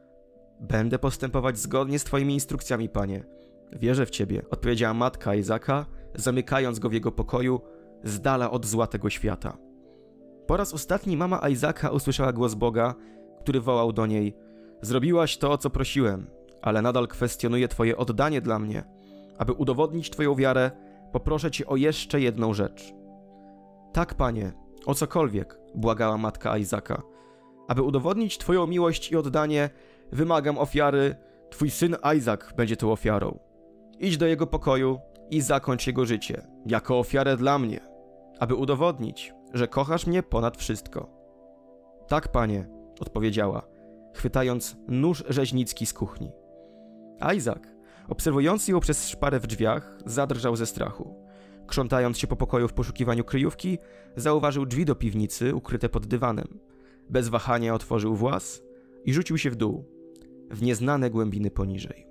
Będę postępować zgodnie z twoimi instrukcjami, panie. Wierzę w ciebie, odpowiedziała matka Izaaka, zamykając go w jego pokoju, z dala od zła tego świata. Po raz ostatni mama Izaaka usłyszała głos Boga, który wołał do niej: Zrobiłaś to, o co prosiłem, ale nadal kwestionuję twoje oddanie dla mnie. Aby udowodnić twoją wiarę, poproszę cię o jeszcze jedną rzecz. Tak, panie, o cokolwiek, błagała matka Izaaka. Aby udowodnić twoją miłość i oddanie, wymagam ofiary. Twój syn Isaac będzie tą ofiarą. Idź do jego pokoju i zakończ jego życie, jako ofiarę dla mnie, aby udowodnić, że kochasz mnie ponad wszystko. Tak, panie, odpowiedziała, chwytając nóż rzeźnicki z kuchni. Isaac, obserwujący ją przez szparę w drzwiach, zadrżał ze strachu. Krzątając się po pokoju w poszukiwaniu kryjówki, zauważył drzwi do piwnicy ukryte pod dywanem. Bez wahania otworzył włas i rzucił się w dół, w nieznane głębiny poniżej.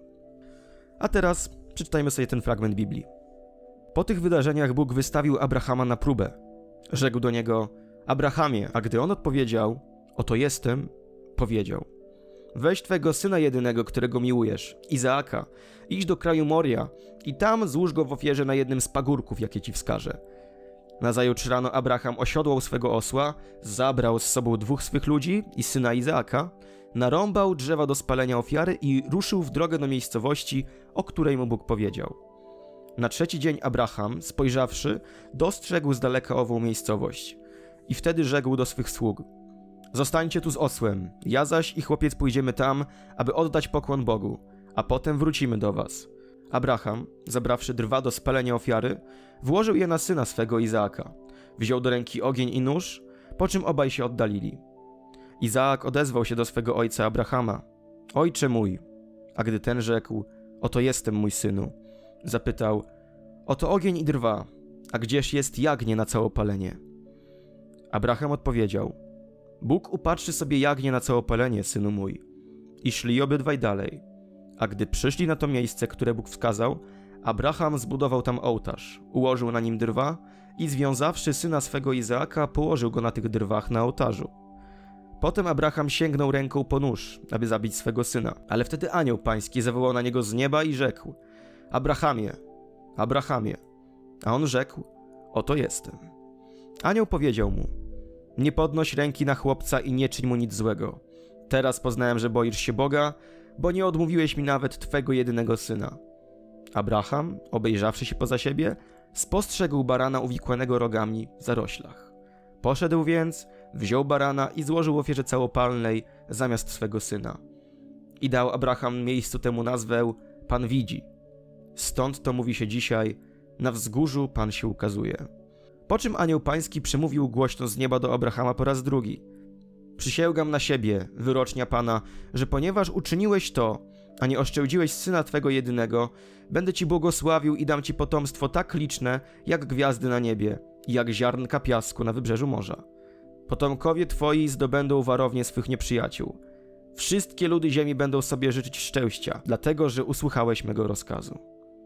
A teraz przeczytajmy sobie ten fragment Biblii. Po tych wydarzeniach Bóg wystawił Abrahama na próbę. Rzekł do niego: Abrahamie, a gdy on odpowiedział: Oto jestem, powiedział: Weź twego syna jedynego, którego miłujesz, Izaaka, idź do kraju Moria i tam złóż go w ofierze na jednym z pagórków, jakie ci wskażę. Nazajutrz rano Abraham osiodłał swego osła, zabrał z sobą dwóch swych ludzi i syna Izaaka, narąbał drzewa do spalenia ofiary i ruszył w drogę do miejscowości, o której mu Bóg powiedział. Na trzeci dzień Abraham, spojrzawszy, dostrzegł z daleka ową miejscowość i wtedy rzekł do swych sług: Zostańcie tu z osłem, ja zaś i chłopiec pójdziemy tam, aby oddać pokłon Bogu, a potem wrócimy do was. Abraham, zabrawszy drwa do spalenia ofiary, włożył je na syna swego Izaaka, wziął do ręki ogień i nóż, po czym obaj się oddalili. Izaak odezwał się do swego ojca Abrahama: Ojcze mój. A gdy ten rzekł: Oto jestem, mój synu, zapytał: Oto ogień i drwa, a gdzież jest jagnię na całopalenie? Abraham odpowiedział: Bóg upatrzy sobie jagnię na całopalenie, synu mój. I szli obydwaj dalej. A gdy przyszli na to miejsce, które Bóg wskazał, Abraham zbudował tam ołtarz, ułożył na nim drwa i związawszy syna swego Izaaka, położył go na tych drwach na ołtarzu. Potem Abraham sięgnął ręką po nóż, aby zabić swego syna, ale wtedy anioł pański zawołał na niego z nieba i rzekł: Abrahamie, Abrahamie. A on rzekł: Oto jestem. Anioł powiedział mu: Nie podnoś ręki na chłopca i nie czyń mu nic złego. Teraz poznałem, że boisz się Boga, bo nie odmówiłeś mi nawet twego jedynego syna. Abraham, obejrzawszy się poza siebie, spostrzegł barana uwikłanego rogami w zaroślach. Poszedł więc, wziął barana i złożył w ofierze całopalnej zamiast swego syna. I dał Abraham miejscu temu nazwę Pan widzi. Stąd to mówi się dzisiaj: na wzgórzu Pan się ukazuje. Po czym anioł pański przemówił głośno z nieba do Abrahama po raz drugi: Przysięgam na siebie, wyrocznia Pana, że ponieważ uczyniłeś to, a nie oszczędziłeś syna twego jedynego, będę ci błogosławił i dam ci potomstwo tak liczne, jak gwiazdy na niebie i jak ziarnka piasku na wybrzeżu morza. Potomkowie twoi zdobędą warownię swych nieprzyjaciół. Wszystkie ludy ziemi będą sobie życzyć szczęścia, dlatego że usłuchałeś mego rozkazu.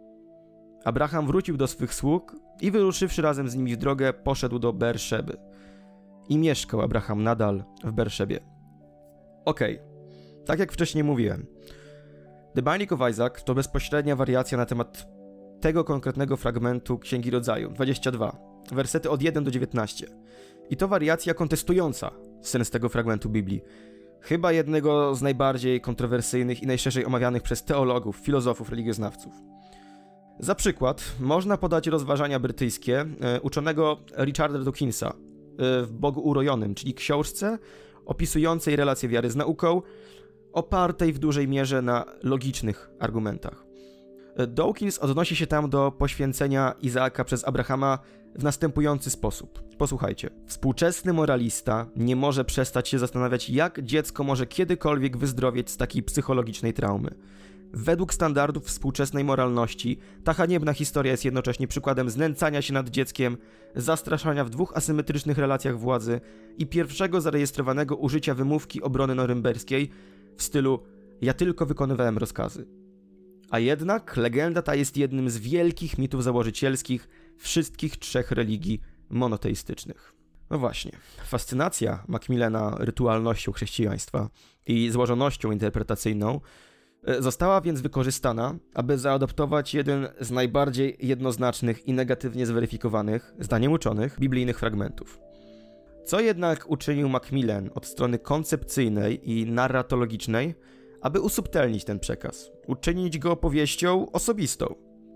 Abraham wrócił do swych sług i wyruszywszy razem z nimi w drogę, poszedł do Beerszeby. I mieszkał Abraham nadal w Beerszebie. Okej, okay. Tak jak wcześniej mówiłem, The Binding of Isaac to bezpośrednia wariacja na temat tego konkretnego fragmentu Księgi Rodzaju, dwadzieścia dwa, wersety od jeden do dziewiętnastu. I to wariacja kontestująca sens tego fragmentu Biblii. Chyba jednego z najbardziej kontrowersyjnych i najszerzej omawianych przez teologów, filozofów, religioznawców. Za przykład można podać rozważania brytyjskie e, uczonego Richarda Dawkinsa e, w Bogu urojonym, czyli książce opisującej relacje wiary z nauką, opartej w dużej mierze na logicznych argumentach. Dawkins odnosi się tam do poświęcenia Izaaka przez Abrahama w następujący sposób. Posłuchajcie. Współczesny moralista nie może przestać się zastanawiać, jak dziecko może kiedykolwiek wyzdrowieć z takiej psychologicznej traumy. Według standardów współczesnej moralności ta haniebna historia jest jednocześnie przykładem znęcania się nad dzieckiem, zastraszania w dwóch asymetrycznych relacjach władzy i pierwszego zarejestrowanego użycia wymówki obrony norymberskiej w stylu „ja tylko wykonywałem rozkazy”. A jednak legenda ta jest jednym z wielkich mitów założycielskich wszystkich trzech religii monoteistycznych. No właśnie, fascynacja Macmillana rytualnością chrześcijaństwa i złożonością interpretacyjną została więc wykorzystana, aby zaadoptować jeden z najbardziej jednoznacznych i negatywnie zweryfikowanych, zdaniem uczonych, biblijnych fragmentów. Co jednak uczynił Macmillan od strony koncepcyjnej i narratologicznej, aby usubtelnić ten przekaz, uczynić go opowieścią osobistą?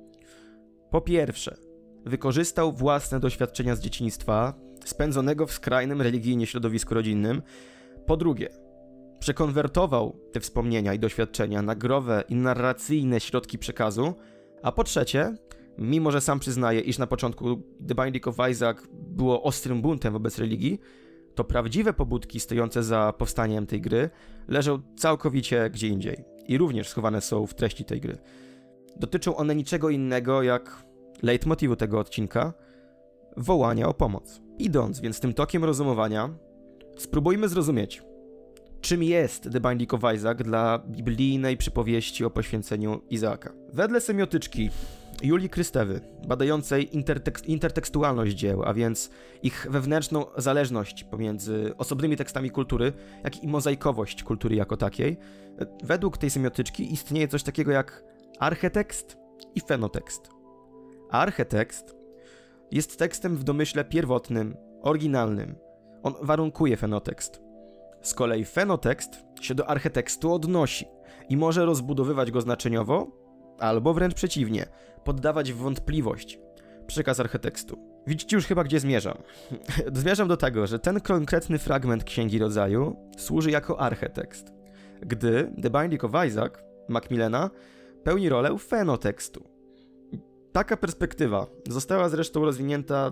Po pierwsze, wykorzystał własne doświadczenia z dzieciństwa, spędzonego w skrajnym religijnie środowisku rodzinnym. Po drugie, przekonwertował te wspomnienia i doświadczenia na growe i narracyjne środki przekazu. A po trzecie, mimo że sam przyznaje, iż na początku The Binding of Isaac było ostrym buntem wobec religii, to prawdziwe pobudki stojące za powstaniem tej gry leżą całkowicie gdzie indziej i również schowane są w treści tej gry. Dotyczą one niczego innego jak leitmotivu tego odcinka, wołania o pomoc. Idąc więc tym tokiem rozumowania, spróbujmy zrozumieć, czym jest The Binding of Isaac dla biblijnej przypowieści o poświęceniu Izaaka. Wedle semiotyczki Julii Krystewy, badającej intertekst- intertekstualność dzieł, a więc ich wewnętrzną zależność pomiędzy osobnymi tekstami kultury, jak i mozaikowość kultury jako takiej, według tej semiotyczki istnieje coś takiego jak archetekst i fenotekst. Archetekst jest tekstem w domyśle pierwotnym, oryginalnym. On warunkuje fenotekst. Z kolei fenotekst się do archetekstu odnosi i może rozbudowywać go znaczeniowo, albo wręcz przeciwnie, poddawać w wątpliwość przekaz archetekstu. Widzicie już chyba, gdzie zmierzam. Zmierzam do tego, że ten konkretny fragment Księgi Rodzaju służy jako archetekst, gdy The Binding of Isaac Macmillana pełni rolę fenotekstu. Taka perspektywa została zresztą rozwinięta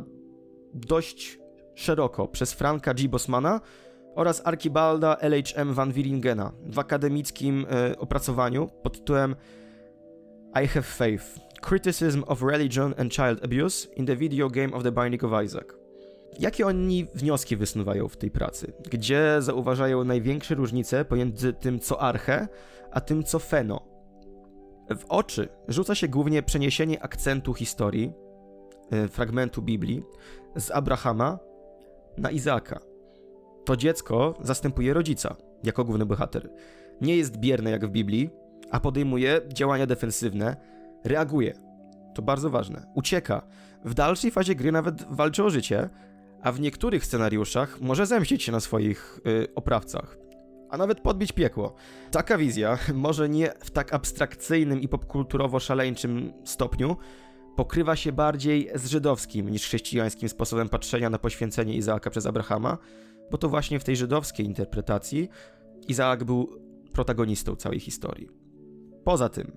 dość szeroko przez Franka G. Bosmana oraz Archibalda L H M van Wieringen w akademickim e, opracowaniu pod tytułem I Have Faith – Criticism of Religion and Child Abuse in the Video Game of the Binding of Isaac. Jakie oni wnioski wysnuwają w tej pracy? Gdzie zauważają największe różnice pomiędzy tym, co arche, a tym, co feno? W oczy rzuca się głównie przeniesienie akcentu historii, e, fragmentu Biblii, z Abrahama na Izaaka. To dziecko zastępuje rodzica jako główny bohater. Nie jest bierne jak w Biblii, a podejmuje działania defensywne, reaguje. To bardzo ważne. Ucieka. W dalszej fazie gry nawet walczy o życie, a w niektórych scenariuszach może zemścić się na swoich yy, oprawcach, a nawet podbić piekło. Taka wizja, może nie w tak abstrakcyjnym i popkulturowo szaleńczym stopniu, pokrywa się bardziej z żydowskim niż chrześcijańskim sposobem patrzenia na poświęcenie Izaaka przez Abrahama, bo to właśnie w tej żydowskiej interpretacji Izaak był protagonistą całej historii. Poza tym,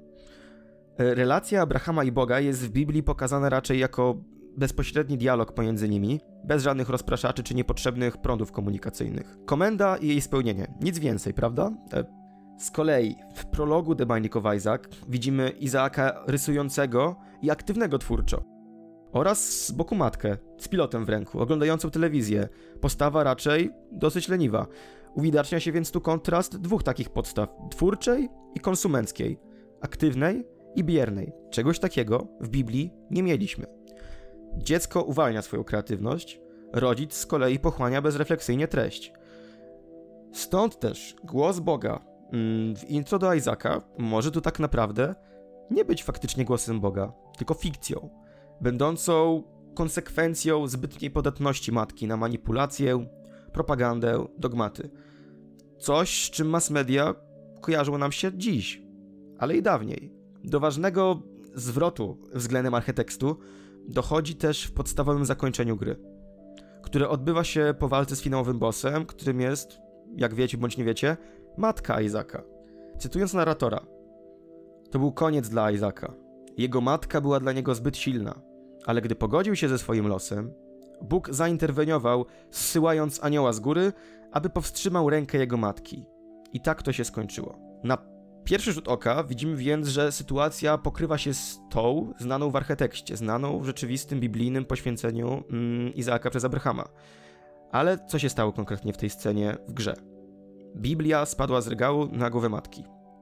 relacja Abrahama i Boga jest w Biblii pokazana raczej jako bezpośredni dialog pomiędzy nimi, bez żadnych rozpraszaczy czy niepotrzebnych prądów komunikacyjnych. Komenda i jej spełnienie. Nic więcej, prawda? Z kolei w prologu The Binding of Isaac widzimy Izaaka rysującego i aktywnego twórczo. Oraz z boku matkę, z pilotem w ręku, oglądającą telewizję. Postawa raczej dosyć leniwa. Uwidacznia się więc tu kontrast dwóch takich podstaw, twórczej i konsumenckiej, aktywnej i biernej. Czegoś takiego w Biblii nie mieliśmy. Dziecko uwalnia swoją kreatywność, rodzic z kolei pochłania bezrefleksyjnie treść. Stąd też głos Boga w intro do Izaaka może tu tak naprawdę nie być faktycznie głosem Boga, tylko fikcją, będącą konsekwencją zbytniej podatności matki na manipulację, propagandę, dogmaty. Coś, z czym mass media kojarzą nam się dziś, ale i dawniej. Do ważnego zwrotu względem archetekstu dochodzi też w podstawowym zakończeniu gry, które odbywa się po walce z finałowym bossem, którym jest, jak wiecie bądź nie wiecie, matka Isaaca. Cytując narratora, to był koniec dla Isaaca. Jego matka była dla niego zbyt silna, ale gdy pogodził się ze swoim losem, Bóg zainterweniował, zsyłając anioła z góry, aby powstrzymał rękę jego matki. I tak to się skończyło. Na pierwszy rzut oka widzimy więc, że sytuacja pokrywa się z tą znaną w archetekście, znaną w rzeczywistym biblijnym poświęceniu mm, Izaaka przez Abrahama. Ale co się stało konkretnie w tej scenie w grze? Biblia spadła z regału na głowę matki.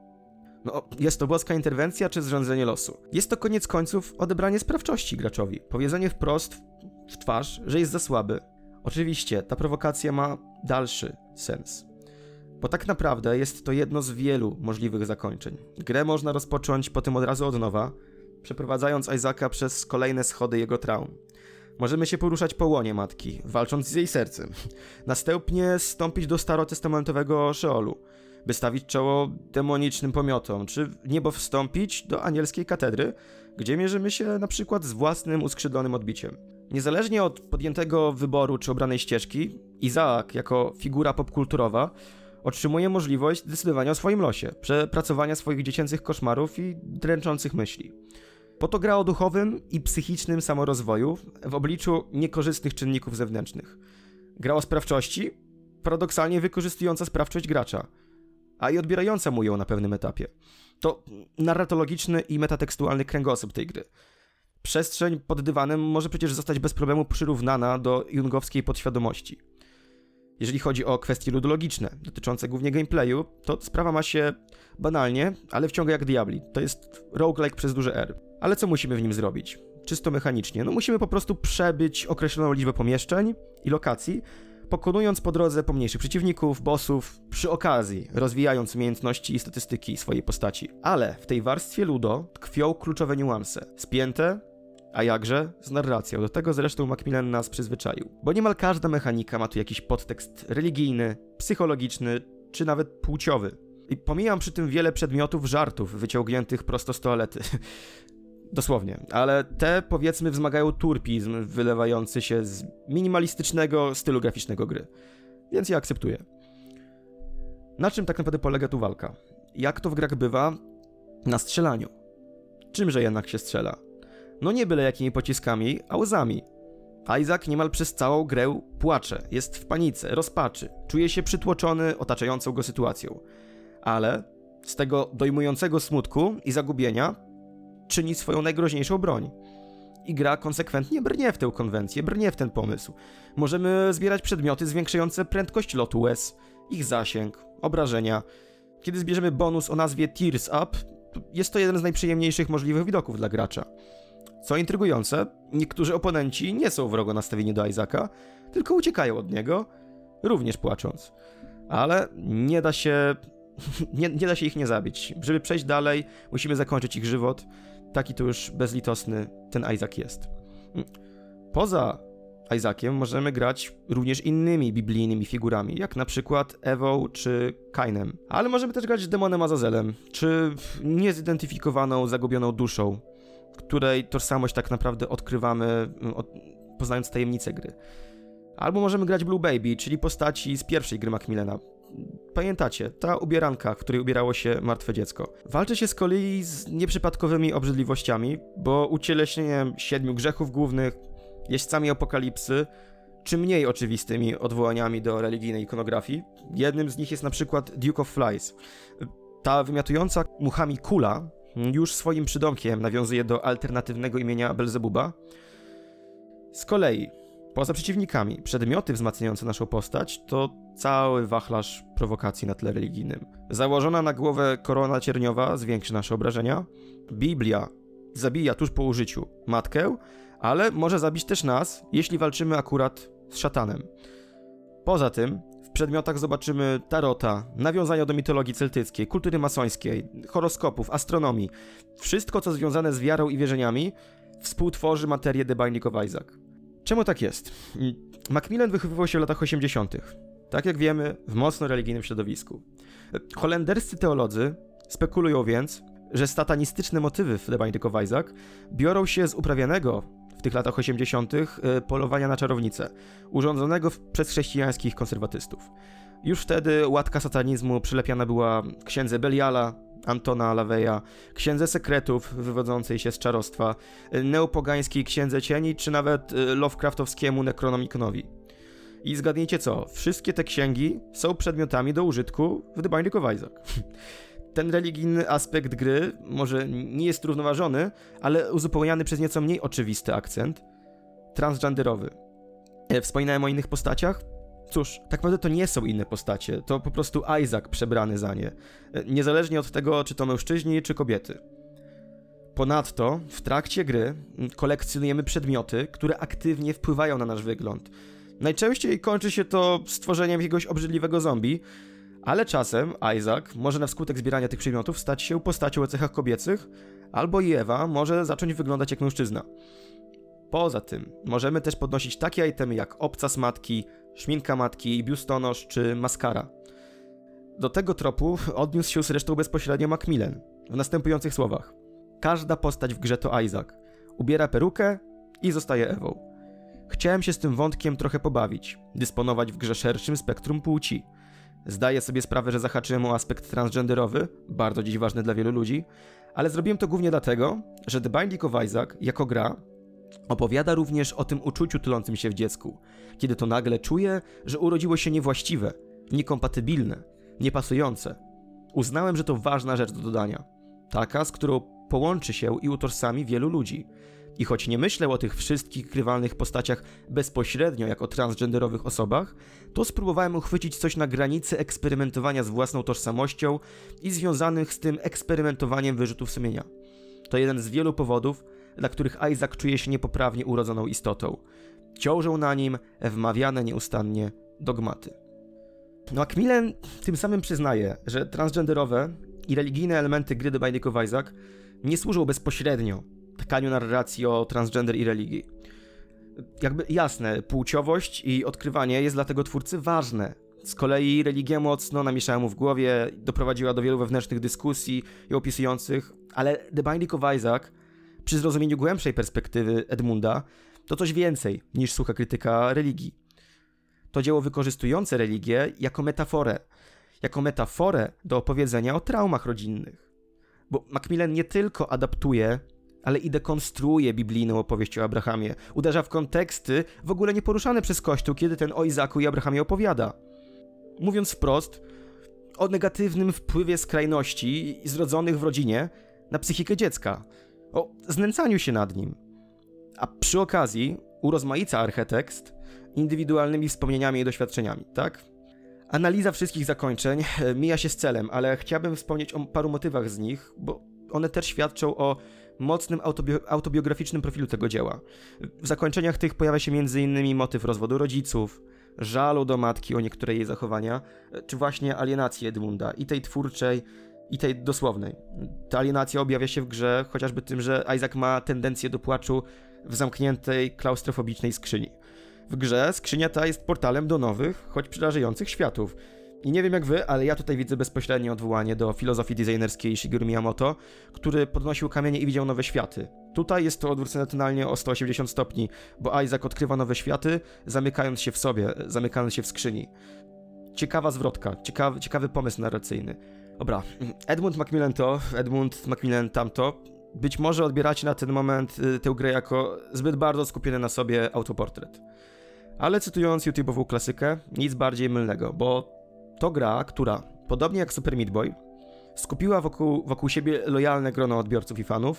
No, jest to boska interwencja czy zrządzenie losu? Jest to koniec końców odebranie sprawczości graczowi. Powiedzenie wprost w twarz, że jest za słaby. Oczywiście, ta prowokacja ma dalszy sens. Bo tak naprawdę jest to jedno z wielu możliwych zakończeń. Grę można rozpocząć potem od razu od nowa, przeprowadzając Isaaca przez kolejne schody jego traum. Możemy się poruszać po łonie matki, walcząc z jej sercem. Następnie zstąpić do starotestamentowego Szeolu, by stawić czoło demonicznym pomiotom, czy w niebo wstąpić do anielskiej katedry, gdzie mierzymy się na przykład z własnym uskrzydlonym odbiciem. Niezależnie od podjętego wyboru czy obranej ścieżki, Izaak jako figura popkulturowa otrzymuje możliwość decydowania o swoim losie, przepracowania swoich dziecięcych koszmarów i dręczących myśli. Po to gra o duchowym i psychicznym samorozwoju w obliczu niekorzystnych czynników zewnętrznych. Gra o sprawczości, paradoksalnie wykorzystująca sprawczość gracza, a i odbierająca mu ją na pewnym etapie. To narratologiczny i metatekstualny kręgosłup tej gry. Przestrzeń pod dywanem może przecież zostać bez problemu przyrównana do jungowskiej podświadomości. Jeżeli chodzi o kwestie ludologiczne, dotyczące głównie gameplayu, to sprawa ma się banalnie, ale wciąga jak diabli. To jest roguelike przez duże R. Ale co musimy w nim zrobić? Czysto mechanicznie. No musimy po prostu przebyć określoną liczbę pomieszczeń i lokacji, pokonując po drodze pomniejszych przeciwników, bossów, przy okazji rozwijając umiejętności i statystyki swojej postaci. Ale w tej warstwie ludo tkwią kluczowe niuanse, spięte, a jakże z narracją. Do tego zresztą Macmillan nas przyzwyczaił. Bo niemal każda mechanika ma tu jakiś podtekst religijny, psychologiczny, czy nawet płciowy. I pomijam przy tym wiele przedmiotów, żartów wyciągniętych prosto z toalety. Dosłownie, ale te, powiedzmy, wzmagają turpizm wylewający się z minimalistycznego stylu graficznego gry. Więc ja akceptuję. Na czym tak naprawdę polega tu walka? Jak to w grach bywa? Na strzelaniu. Czymże jednak się strzela? No nie byle jakimi pociskami, a łzami. Isaac niemal przez całą grę płacze, jest w panice, rozpaczy, czuje się przytłoczony otaczającą go sytuacją. Ale z tego dojmującego smutku i zagubienia czyni swoją najgroźniejszą broń. I gra konsekwentnie brnie w tę konwencję, brnie w ten pomysł. Możemy zbierać przedmioty zwiększające prędkość lotu łez, ich zasięg, obrażenia. Kiedy zbierzemy bonus o nazwie Tears Up, jest to jeden z najprzyjemniejszych możliwych widoków dla gracza. Co intrygujące, niektórzy oponenci nie są wrogo nastawieni do Isaaca, tylko uciekają od niego, również płacząc. Ale nie da się... Nie, nie da się ich nie zabić. Żeby przejść dalej, musimy zakończyć ich żywot. Taki to już bezlitosny ten Isaac jest. Poza Isaaciem możemy grać również innymi biblijnymi figurami, jak na przykład Ewą czy Kainem. Ale możemy też grać demonem Azazelem, czy niezidentyfikowaną, zagubioną duszą, której tożsamość tak naprawdę odkrywamy, od, poznając tajemnicę gry. Albo możemy grać Blue Baby, czyli postaci z pierwszej gry Macmillana. Pamiętacie, ta ubieranka, w której ubierało się martwe dziecko. Walczy się z kolei z nieprzypadkowymi obrzydliwościami, bo ucieleśnieniem siedmiu grzechów głównych, jeźdźcami apokalipsy, czy mniej oczywistymi odwołaniami do religijnej ikonografii. Jednym z nich jest na przykład Duke of Flies. Ta wymiatująca muchami kula już swoim przydomkiem nawiązuje do alternatywnego imienia Belzebuba. Z kolei poza przeciwnikami, przedmioty wzmacniające naszą postać to cały wachlarz prowokacji na tle religijnym. Założona na głowę korona cierniowa zwiększy nasze obrażenia. Biblia zabija tuż po użyciu matkę, ale może zabić też nas, jeśli walczymy akurat z szatanem. Poza tym w przedmiotach zobaczymy tarota, nawiązania do mitologii celtyckiej, kultury masońskiej, horoskopów, astronomii. Wszystko, co związane z wiarą i wierzeniami, współtworzy materię The Binding of Isaac. Czemu tak jest? Macmillan wychowywał się w latach osiemdziesiątych. Tak jak wiemy, w mocno religijnym środowisku. Holenderscy teolodzy spekulują więc, że satanistyczne motywy w The Binding of Isaac biorą się z uprawianego w tych latach osiemdziesiątych polowania na czarownice, urządzonego przez chrześcijańskich konserwatystów. Już wtedy łatka satanizmu przylepiana była księdze Beliala, Antona LaVeya, księdze sekretów wywodzącej się z czarostwa, neopogańskiej księdze cieni, czy nawet Lovecraftowskiemu Necronomiconowi. I zgadnijcie co, wszystkie te księgi są przedmiotami do użytku w The Binding of Isaac. Ten religijny aspekt gry może nie jest równoważony, ale uzupełniany przez nieco mniej oczywisty akcent transgenderowy. Wspominałem o innych postaciach? Cóż, tak naprawdę to nie są inne postacie, to po prostu Isaac przebrany za nie, niezależnie od tego, czy to mężczyźni, czy kobiety. Ponadto w trakcie gry kolekcjonujemy przedmioty, które aktywnie wpływają na nasz wygląd. Najczęściej kończy się to stworzeniem jakiegoś obrzydliwego zombie, ale czasem Isaac może na wskutek zbierania tych przedmiotów stać się postacią o cechach kobiecych, albo i Ewa może zacząć wyglądać jak mężczyzna. Poza tym możemy też podnosić takie itemy jak obcas matki, szminka matki, biustonosz czy maskara. Do tego tropu odniósł się zresztą bezpośrednio Macmillan w następujących słowach. Każda postać w grze to Isaac. Ubiera perukę i zostaje Ewą. Chciałem się z tym wątkiem trochę pobawić, dysponować w grze szerszym spektrum płci. Zdaję sobie sprawę, że zahaczyłem o aspekt transgenderowy, bardzo dziś ważny dla wielu ludzi, ale zrobiłem to głównie dlatego, że The Binding of Isaac, jako gra, opowiada również o tym uczuciu tulącym się w dziecku, kiedy to nagle czuje, że urodziło się niewłaściwe, niekompatybilne, niepasujące. Uznałem, że to ważna rzecz do dodania, taka, z którą połączy się i utożsami wielu ludzi. I choć nie myślę o tych wszystkich grywalnych postaciach bezpośrednio jak o transgenderowych osobach, to spróbowałem uchwycić coś na granicy eksperymentowania z własną tożsamością i związanych z tym eksperymentowaniem wyrzutów sumienia. To jeden z wielu powodów, dla których Isaac czuje się niepoprawnie urodzoną istotą. Ciążą na nim wmawiane nieustannie dogmaty. Macmillan tym samym przyznaje, że transgenderowe i religijne elementy gry The Binding of Isaac nie służą bezpośrednio tkaniu narracji o transgender i religii. Jakby jasne, płciowość i odkrywanie jest dla tego twórcy ważne. Z kolei religia mocno namieszała mu w głowie, doprowadziła do wielu wewnętrznych dyskusji i opisujących, ale The Binding of Isaac, przy zrozumieniu głębszej perspektywy Edmunda, to coś więcej niż sucha krytyka religii. To dzieło wykorzystujące religię jako metaforę, jako metaforę do opowiedzenia o traumach rodzinnych. Bo Macmillan nie tylko adaptuje, ale i dekonstruuje biblijną opowieść o Abrahamie. Uderza w konteksty w ogóle nieporuszane przez Kościół, kiedy ten o Izaku i Abrahamie opowiada. Mówiąc wprost, o negatywnym wpływie skrajności zrodzonych w rodzinie na psychikę dziecka, o znęcaniu się nad nim. A przy okazji urozmaica archetekst indywidualnymi wspomnieniami i doświadczeniami, tak? Analiza wszystkich zakończeń mija się z celem, ale chciałbym wspomnieć o paru motywach z nich, bo one też świadczą o mocnym autobi- autobiograficznym profilu tego dzieła. W zakończeniach tych pojawia się między innymi motyw rozwodu rodziców, żalu do matki o niektóre jej zachowania, czy właśnie alienacji Edmunda, i tej twórczej, i tej dosłownej. Ta alienacja objawia się w grze chociażby tym, że Isaac ma tendencję do płaczu w zamkniętej, klaustrofobicznej skrzyni. W grze skrzynia ta jest portalem do nowych, choć przerażających światów. I nie wiem jak wy, ale ja tutaj widzę bezpośrednie odwołanie do filozofii designerskiej Shigeru Miyamoto, który podnosił kamienie i widział nowe światy. Tutaj jest to odwrócone tonalnie o sto osiemdziesiąt stopni, bo Isaac odkrywa nowe światy, zamykając się w sobie, zamykając się w skrzyni. Ciekawa zwrotka, ciekawy, ciekawy pomysł narracyjny. Dobra, Edmund Macmillan to, Edmund Macmillan tamto. Być może odbieracie na ten moment y, tę grę jako zbyt bardzo skupiony na sobie autoportret. Ale cytując YouTube'ową klasykę, nic bardziej mylnego, bo to gra, która, podobnie jak Super Meat Boy, skupiła wokół, wokół siebie lojalne grono odbiorców i fanów,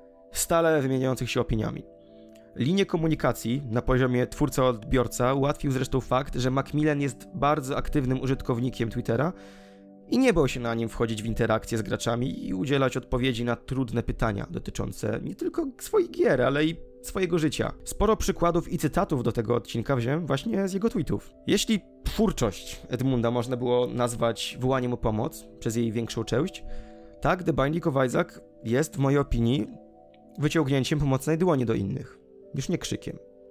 stale wymieniających się opiniami. Linię komunikacji na poziomie twórca-odbiorca ułatwił zresztą fakt, że Macmillan jest bardzo aktywnym użytkownikiem Twittera i nie bał się na nim wchodzić w interakcje z graczami i udzielać odpowiedzi na trudne pytania dotyczące nie tylko swoich gier, ale i swojego życia. Sporo przykładów i cytatów do tego odcinka wziąłem właśnie z jego tweetów. Jeśli twórczość Edmunda można było nazwać wołaniem o pomoc przez jej większą część, tak The Binding of Isaac jest w mojej opinii wyciągnięciem pomocnej dłoni do innych, już nie krzykiem.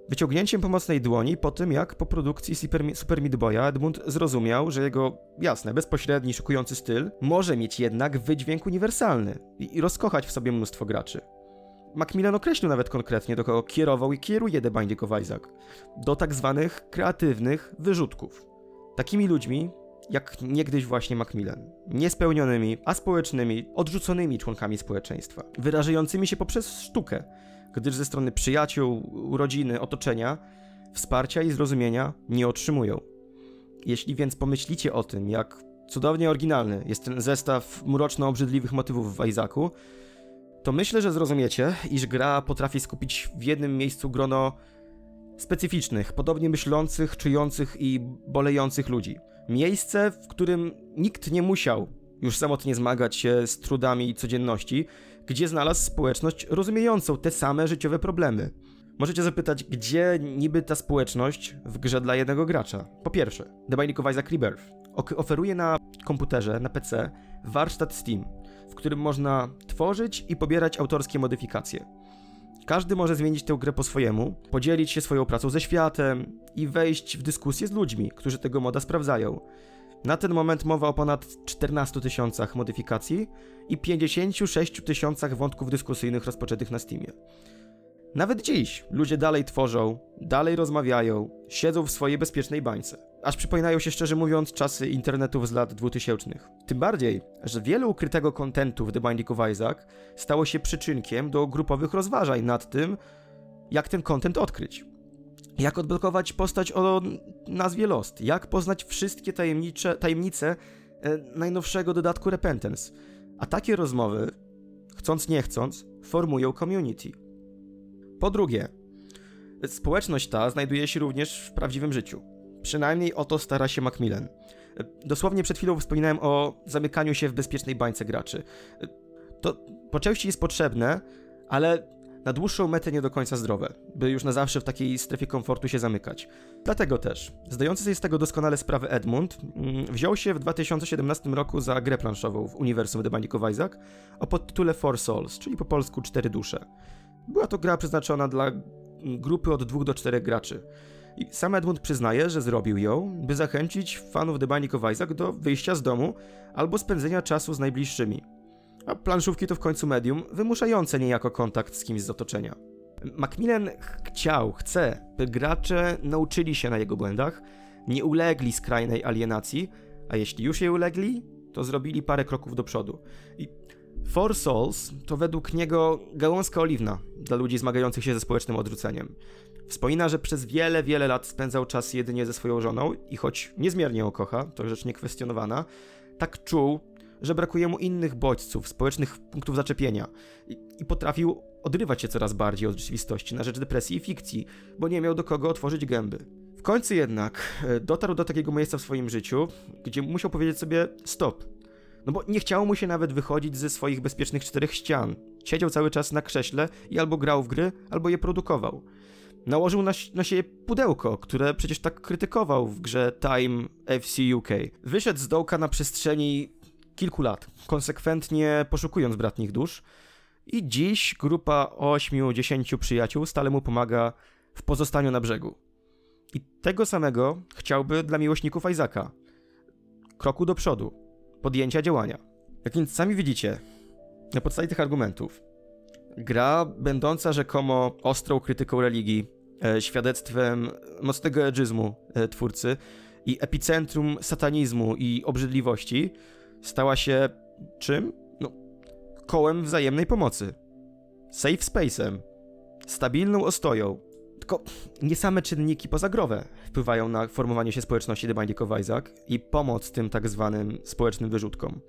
Wyciągnięciem pomocnej dłoni po tym, jak po produkcji Super, Super Meat Boya Edmund zrozumiał, że jego, jasne, bezpośredni, szokujący styl może mieć jednak wydźwięk uniwersalny i, i rozkochać w sobie mnóstwo graczy. Macmillan określił nawet konkretnie, do kogo kierował i kieruje The Binding of Isaac. Do tak zwanych kreatywnych wyrzutków. Takimi ludźmi, jak niegdyś właśnie Macmillan. Niespełnionymi, aspołecznymi, odrzuconymi członkami społeczeństwa. Wyrażającymi się poprzez sztukę, gdyż ze strony przyjaciół, rodziny, otoczenia wsparcia i zrozumienia nie otrzymują. Jeśli więc pomyślicie o tym, jak cudownie oryginalny jest ten zestaw mroczno-obrzydliwych motywów w Isaacu, to myślę, że zrozumiecie, iż gra potrafi skupić w jednym miejscu grono specyficznych, podobnie myślących, czujących i bolejących ludzi. Miejsce, w którym nikt nie musiał już samotnie zmagać się z trudami codzienności, gdzie znalazł społeczność rozumiejącą te same życiowe problemy. Możecie zapytać, gdzie niby ta społeczność w grze dla jednego gracza? Po pierwsze, The Binding of Isaac Rebirth oferuje na komputerze, na P C warsztat Steam, w którym można tworzyć i pobierać autorskie modyfikacje. Każdy może zmienić tę grę po swojemu, podzielić się swoją pracą ze światem i wejść w dyskusję z ludźmi, którzy tego moda sprawdzają. Na ten moment mowa o ponad czternastu tysiącach modyfikacji i pięćdziesięciu sześciu tysiącach wątków dyskusyjnych rozpoczętych na Steamie. Nawet dziś ludzie dalej tworzą, dalej rozmawiają, siedzą w swojej bezpiecznej bańce. Aż przypominają się, szczerze mówiąc, czasy internetów z lat dwutysięcznych. Tym bardziej, że wiele ukrytego kontentu w The Binding of Isaac stało się przyczynkiem do grupowych rozważań nad tym, jak ten kontent odkryć. Jak odblokować postać o nazwie Lost, jak poznać wszystkie tajemnicze, tajemnice e, najnowszego dodatku Repentance. A takie rozmowy, chcąc nie chcąc, formują community. Po drugie, społeczność ta znajduje się również w prawdziwym życiu. Przynajmniej o to stara się Macmillan. Dosłownie przed chwilą wspominałem o zamykaniu się w bezpiecznej bańce graczy. To po części jest potrzebne, ale na dłuższą metę nie do końca zdrowe, by już na zawsze w takiej strefie komfortu się zamykać. Dlatego też, zdający sobie z tego doskonale sprawę Edmund wziął się w dwa tysiące siedemnastym roku za grę planszową w uniwersum The Binding of Isaac o podtytule Four Souls, czyli po polsku Cztery Dusze. Była to gra przeznaczona dla grupy od dwóch do czterech graczy. I sam Edmund przyznaje, że zrobił ją, by zachęcić fanów The Binding of Isaac do wyjścia z domu albo spędzenia czasu z najbliższymi. A planszówki to w końcu medium wymuszające niejako kontakt z kimś z otoczenia. Macmillan chciał, chce, by gracze nauczyli się na jego błędach, nie ulegli skrajnej alienacji, a jeśli już je ulegli, to zrobili parę kroków do przodu. I Four Souls to według niego gałązka oliwna dla ludzi zmagających się ze społecznym odrzuceniem. Wspomina, że przez wiele, wiele lat spędzał czas jedynie ze swoją żoną i choć niezmiernie ją kocha, to rzecz niekwestionowana, tak czuł, że brakuje mu innych bodźców, społecznych punktów zaczepienia i, i potrafił odrywać się coraz bardziej od rzeczywistości na rzecz depresji i fikcji, bo nie miał do kogo otworzyć gęby. W końcu jednak dotarł do takiego miejsca w swoim życiu, gdzie musiał powiedzieć sobie stop. No bo nie chciało mu się nawet wychodzić ze swoich bezpiecznych czterech ścian. Siedział cały czas na krześle i albo grał w gry, albo je produkował. Nałożył na, na siebie pudełko, które przecież tak krytykował w grze Time F C U K. Wyszedł z dołka na przestrzeni kilku lat, konsekwentnie poszukując bratnich dusz i dziś grupa ośmiu, dziesięciu przyjaciół stale mu pomaga w pozostaniu na brzegu. I tego samego chciałby dla miłośników Isaaca. Kroku do przodu, podjęcia działania. Jak więc sami widzicie, na podstawie tych argumentów, gra będąca rzekomo ostrą krytyką religii, e, świadectwem mocnego edżyzmu e, twórcy i epicentrum satanizmu i obrzydliwości stała się czym? No, kołem wzajemnej pomocy. Safe space'em. Stabilną ostoją. Tylko nie same czynniki pozagrowe wpływają na formowanie się społeczności The Binding of Isaac i pomoc tym tak zwanym społecznym wyrzutkom.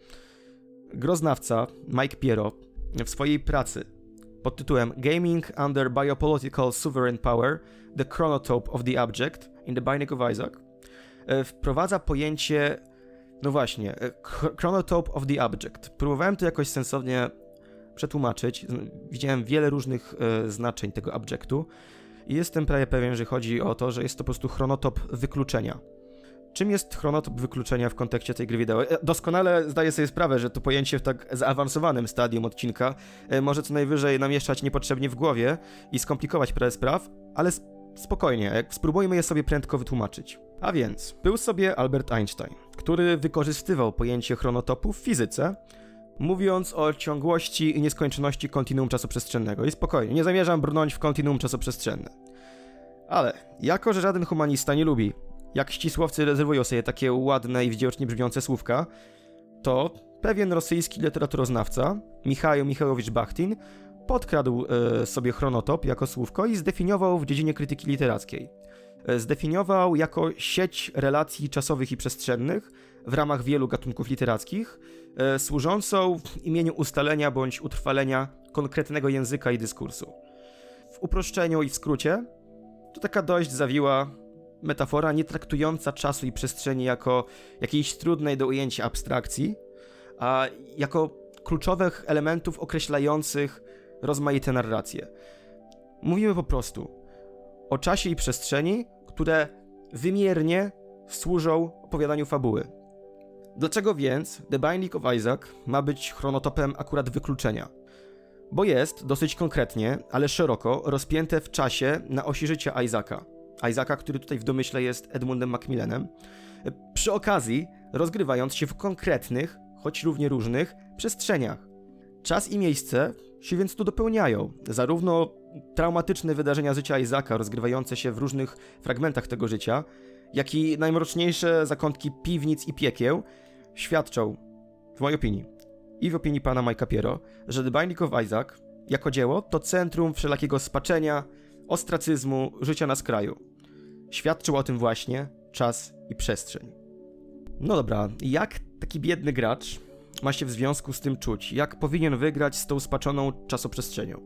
Groznawca Mike Piero w swojej pracy pod tytułem Gaming Under Biopolitical Sovereign Power – The Chronotope of the Object in The Binding of Isaac wprowadza pojęcie, no właśnie, Chronotope of the Object. Próbowałem to jakoś sensownie przetłumaczyć. Widziałem wiele różnych e, znaczeń tego objectu i jestem prawie pewien, że chodzi o to, że jest to po prostu chronotop wykluczenia. Czym jest chronotop wykluczenia w kontekście tej gry wideo? Doskonale zdaję sobie sprawę, że to pojęcie w tak zaawansowanym stadium odcinka może co najwyżej namieszczać niepotrzebnie w głowie i skomplikować parę spraw, ale spokojnie, jak spróbujmy je sobie prędko wytłumaczyć. A więc, był sobie Albert Einstein, który wykorzystywał pojęcie chronotopu w fizyce, mówiąc o ciągłości i nieskończoności kontinuum czasoprzestrzennego. I spokojnie, nie zamierzam brnąć w kontinuum czasoprzestrzenne. Ale, jako że żaden humanista nie lubi, jak ścisłowcy rezerwują sobie takie ładne i wdzięcznie brzmiące słówka, to pewien rosyjski literaturoznawca, Michał Michałowicz Bachtin, podkradł e, sobie chronotop jako słówko i zdefiniował w dziedzinie krytyki literackiej. E, zdefiniował jako sieć relacji czasowych i przestrzennych w ramach wielu gatunków literackich, e, służącą w imieniu ustalenia bądź utrwalenia konkretnego języka i dyskursu. W uproszczeniu i w skrócie, to taka dość zawiła metafora nie traktująca czasu i przestrzeni jako jakiejś trudnej do ujęcia abstrakcji, a jako kluczowych elementów określających rozmaite narracje. Mówimy po prostu o czasie i przestrzeni, które wymiernie służą opowiadaniu fabuły. Dlaczego więc The Binding of Isaac ma być chronotopem akurat wykluczenia? Bo jest dosyć konkretnie, ale szeroko rozpięte w czasie na osi życia Isaaca. Isaaca, który tutaj w domyśle jest Edmundem Macmillanem, przy okazji rozgrywając się w konkretnych, choć równie różnych, przestrzeniach. Czas i miejsce się więc tu dopełniają. Zarówno traumatyczne wydarzenia życia Isaaca, rozgrywające się w różnych fragmentach tego życia, jak i najmroczniejsze zakątki piwnic i piekieł świadczą, w mojej opinii, i w opinii pana Mike'a Piero, że The Binding of Isaac, jako dzieło, to centrum wszelakiego spaczenia, ostracyzmu, życia na skraju. Świadczył o tym właśnie czas i przestrzeń. No dobra, jak taki biedny gracz ma się w związku z tym czuć? Jak powinien wygrać z tą spaczoną czasoprzestrzenią?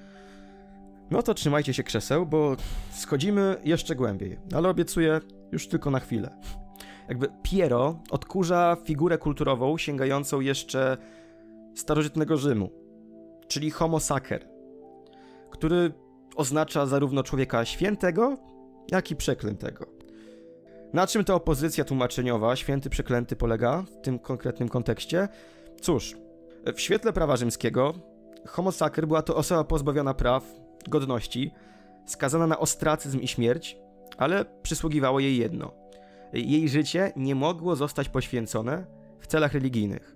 No to trzymajcie się krzeseł, bo schodzimy jeszcze głębiej, ale obiecuję już tylko na chwilę. Jakby Piero odkurza figurę kulturową sięgającą jeszcze starożytnego Rzymu, czyli homo sacer, który oznacza zarówno człowieka świętego, jak i przeklętego. Na czym ta opozycja tłumaczeniowa, święty przeklęty, polega w tym konkretnym kontekście? Cóż, w świetle prawa rzymskiego homo sacer była to osoba pozbawiona praw, godności, skazana na ostracyzm i śmierć, ale przysługiwało jej jedno. Jej życie nie mogło zostać poświęcone w celach religijnych.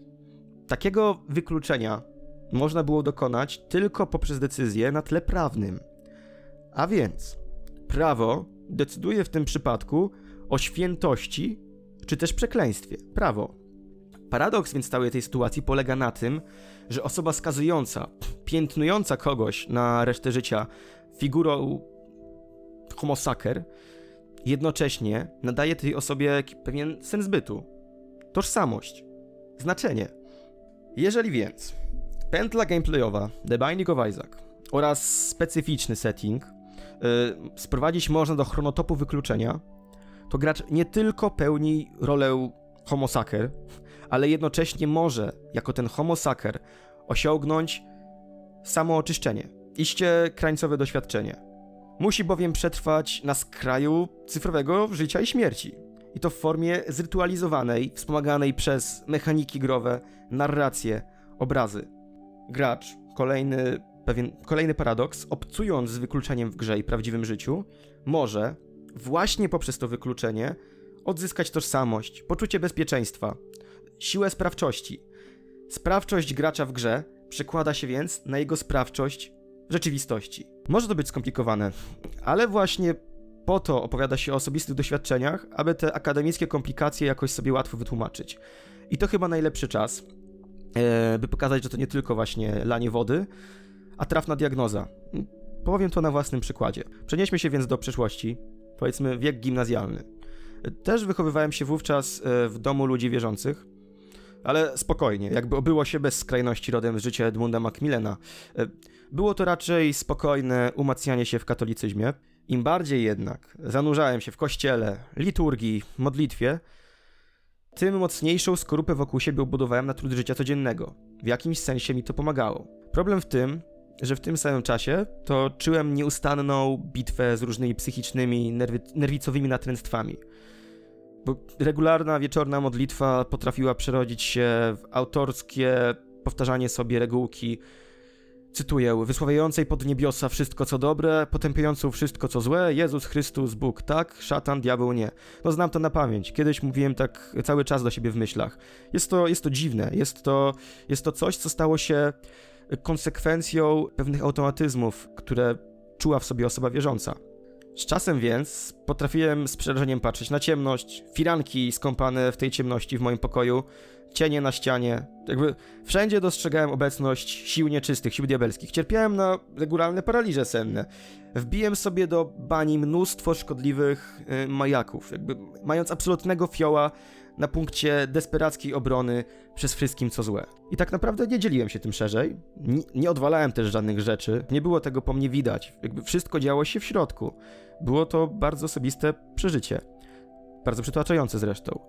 Takiego wykluczenia można było dokonać tylko poprzez decyzję na tle prawnym. A więc prawo decyduje w tym przypadku o świętości czy też przekleństwie. Prawo. Paradoks więc całej tej sytuacji polega na tym, że osoba skazująca, piętnująca kogoś na resztę życia figurą homo sacer jednocześnie nadaje tej osobie pewien sens bytu, tożsamość, znaczenie. Jeżeli więc pętla gameplayowa The Binding of Isaac oraz specyficzny setting yy, sprowadzić można do chronotopu wykluczenia, to gracz nie tylko pełni rolę homo sacer, ale jednocześnie może, jako ten homo sacer, osiągnąć samooczyszczenie, iście krańcowe doświadczenie. Musi bowiem przetrwać na skraju cyfrowego życia i śmierci. I to w formie zrytualizowanej, wspomaganej przez mechaniki growe, narracje, obrazy. Gracz, kolejny, pewien, kolejny paradoks, obcując z wykluczeniem w grze i prawdziwym życiu, może właśnie poprzez to wykluczenie odzyskać tożsamość, poczucie bezpieczeństwa, siłę sprawczości. Sprawczość gracza w grze przekłada się więc na jego sprawczość w rzeczywistości. Może to być skomplikowane, ale właśnie po to opowiada się o osobistych doświadczeniach, aby te akademickie komplikacje jakoś sobie łatwo wytłumaczyć. I to chyba najlepszy czas, by pokazać, że to nie tylko właśnie lanie wody, a trafna diagnoza. Powiem to na własnym przykładzie. Przenieśmy się więc do przeszłości, powiedzmy wiek gimnazjalny. Też wychowywałem się wówczas w domu ludzi wierzących, ale spokojnie, jakby obyło się bez skrajności rodem z życia Edmunda Macmillana. Było to raczej spokojne umacnianie się w katolicyzmie. Im bardziej jednak zanurzałem się w kościele, liturgii, modlitwie, tym mocniejszą skorupę wokół siebie budowałem na trud życia codziennego. W jakimś sensie mi to pomagało. Problem w tym, że w tym samym czasie to czułem nieustanną bitwę z różnymi psychicznymi, nerwy, nerwicowymi natręctwami. Bo regularna wieczorna modlitwa potrafiła przerodzić się w autorskie powtarzanie sobie regułki cytuję, wysławiającej pod niebiosa wszystko co dobre, potępiającą wszystko co złe, Jezus Chrystus, Bóg tak, szatan, diabeł nie. No znam to na pamięć, kiedyś mówiłem tak cały czas do siebie w myślach. Jest to, jest to dziwne, jest to, jest to coś, co stało się konsekwencją pewnych automatyzmów, które czuła w sobie osoba wierząca. Z czasem więc potrafiłem z przerażeniem patrzeć na ciemność, firanki skąpane w tej ciemności w moim pokoju, cienie na ścianie, jakby wszędzie dostrzegałem obecność sił nieczystych, sił diabelskich. Cierpiałem na regularne paraliże senne. Wbiłem sobie do bani mnóstwo szkodliwych yy, majaków, jakby mając absolutnego fioła na punkcie desperackiej obrony przez wszystkim co złe. I tak naprawdę nie dzieliłem się tym szerzej, nie, nie odwalałem też żadnych rzeczy, nie było tego po mnie widać, jakby wszystko działo się w środku. Było to bardzo osobiste przeżycie, bardzo przytłaczające zresztą.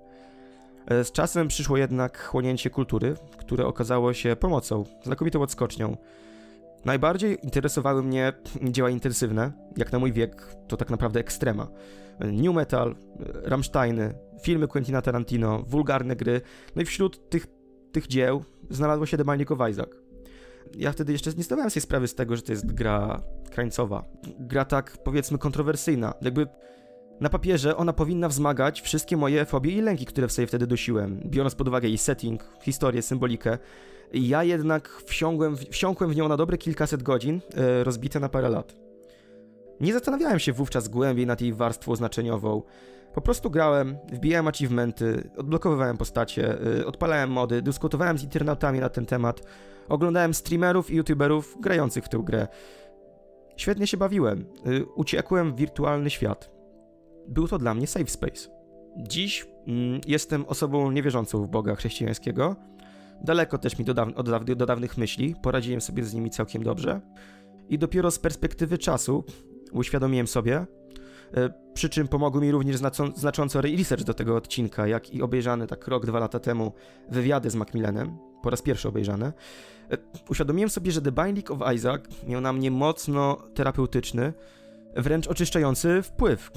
Z czasem przyszło jednak chłonięcie kultury, które okazało się pomocą, znakomitą odskocznią. Najbardziej interesowały mnie dzieła intensywne, jak na mój wiek to tak naprawdę ekstrema. New metal, Rammsteiny, filmy Quentina Tarantino, wulgarne gry, no i wśród tych, tych dzieł znalazło się The Binding of Isaac. Ja wtedy jeszcze nie zdawałem sobie sprawy z tego, że to jest gra krańcowa, gra tak powiedzmy kontrowersyjna, jakby na papierze ona powinna wzmagać wszystkie moje fobie i lęki, które w sobie wtedy dusiłem, biorąc pod uwagę jej setting, historię, symbolikę. Ja jednak wsiąkłem, wsiąkłem w nią na dobre kilkaset godzin, e, rozbite na parę lat. Nie zastanawiałem się wówczas głębiej nad jej warstwą znaczeniową. Po prostu grałem, wbijałem achievementy, odblokowywałem postacie, e, odpalałem mody, dyskutowałem z internautami na ten temat, oglądałem streamerów i youtuberów grających w tę grę. Świetnie się bawiłem, e, uciekłem w wirtualny świat. Był to dla mnie safe space. Dziś mm, jestem osobą niewierzącą w Boga chrześcijańskiego. Daleko też mi do, daw- od daw- do dawnych myśli, poradziłem sobie z nimi całkiem dobrze. I dopiero z perspektywy czasu uświadomiłem sobie, e, przy czym pomogły mi również znaco- znacząco research do tego odcinka, jak i obejrzane tak rok, dwa lata temu wywiady z Macmillanem, po raz pierwszy obejrzane. E, uświadomiłem sobie, że The Binding of Isaac miał na mnie mocno terapeutyczny, wręcz oczyszczający wpływ.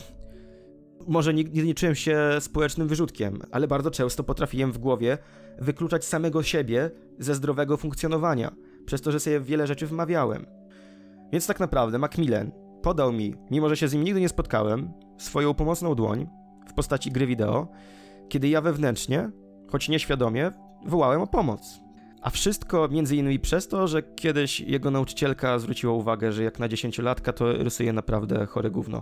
Może nie, nie liczyłem się społecznym wyrzutkiem, ale bardzo często potrafiłem w głowie wykluczać samego siebie ze zdrowego funkcjonowania, przez to, że sobie wiele rzeczy wmawiałem. Więc tak naprawdę Macmillan podał mi, mimo że się z nim nigdy nie spotkałem, swoją pomocną dłoń w postaci gry wideo, kiedy ja wewnętrznie, choć nieświadomie, wołałem o pomoc. A wszystko między innymi przez to, że kiedyś jego nauczycielka zwróciła uwagę, że jak na dziesięciolatka to rysuje naprawdę chore gówno.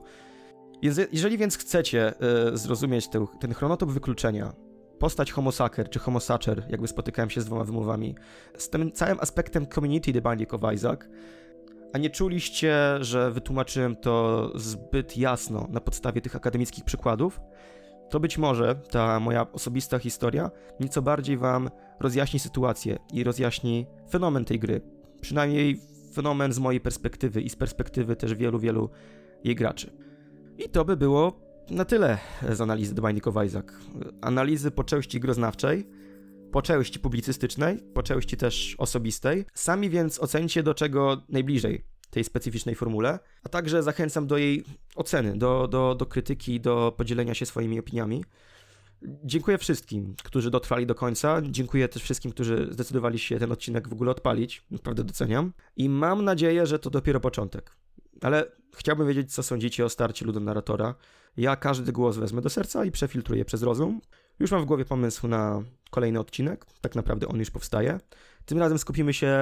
Jeżeli więc chcecie y, zrozumieć te, ten chronotop wykluczenia, postać Homo Sacer czy Homo Sacer, jakby spotykałem się z dwoma wymowami, z tym całym aspektem community The Binding of Isaac, a nie czuliście, że wytłumaczyłem to zbyt jasno na podstawie tych akademickich przykładów, to być może ta moja osobista historia nieco bardziej wam rozjaśni sytuację i rozjaśni fenomen tej gry. Przynajmniej fenomen z mojej perspektywy i z perspektywy też wielu, wielu jej graczy. I to by było na tyle z analizy The Binding of Isaac. Analizy po części groznawczej, po części publicystycznej, po części też osobistej. Sami więc ocencie, do czego najbliżej tej specyficznej formule, a także zachęcam do jej oceny, do, do, do krytyki, do podzielenia się swoimi opiniami. Dziękuję wszystkim, którzy dotrwali do końca. Dziękuję też wszystkim, którzy zdecydowali się ten odcinek w ogóle odpalić. Naprawdę doceniam. I mam nadzieję, że to dopiero początek. Ale chciałbym wiedzieć, co sądzicie o starcie ludonarratora. Ja każdy głos wezmę do serca i przefiltruję przez rozum. Już mam w głowie pomysł na kolejny odcinek. Tak naprawdę on już powstaje. Tym razem skupimy się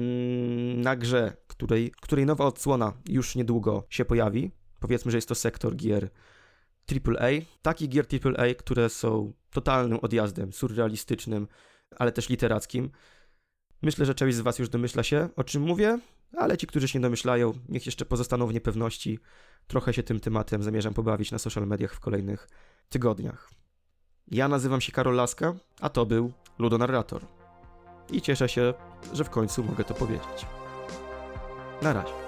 mm, na grze, której, której nowa odsłona już niedługo się pojawi. Powiedzmy, że jest to sektor gier triple A. Takich gier triple A, które są totalnym odjazdem, surrealistycznym, ale też literackim. Myślę, że część z was już domyśla się, o czym mówię, ale ci, którzy się nie domyślają, niech jeszcze pozostaną w niepewności. Trochę się tym tematem zamierzam pobawić na social mediach w kolejnych tygodniach. Ja nazywam się Karol Laska, a to był Ludonarrator. I cieszę się, że w końcu mogę to powiedzieć. Na razie.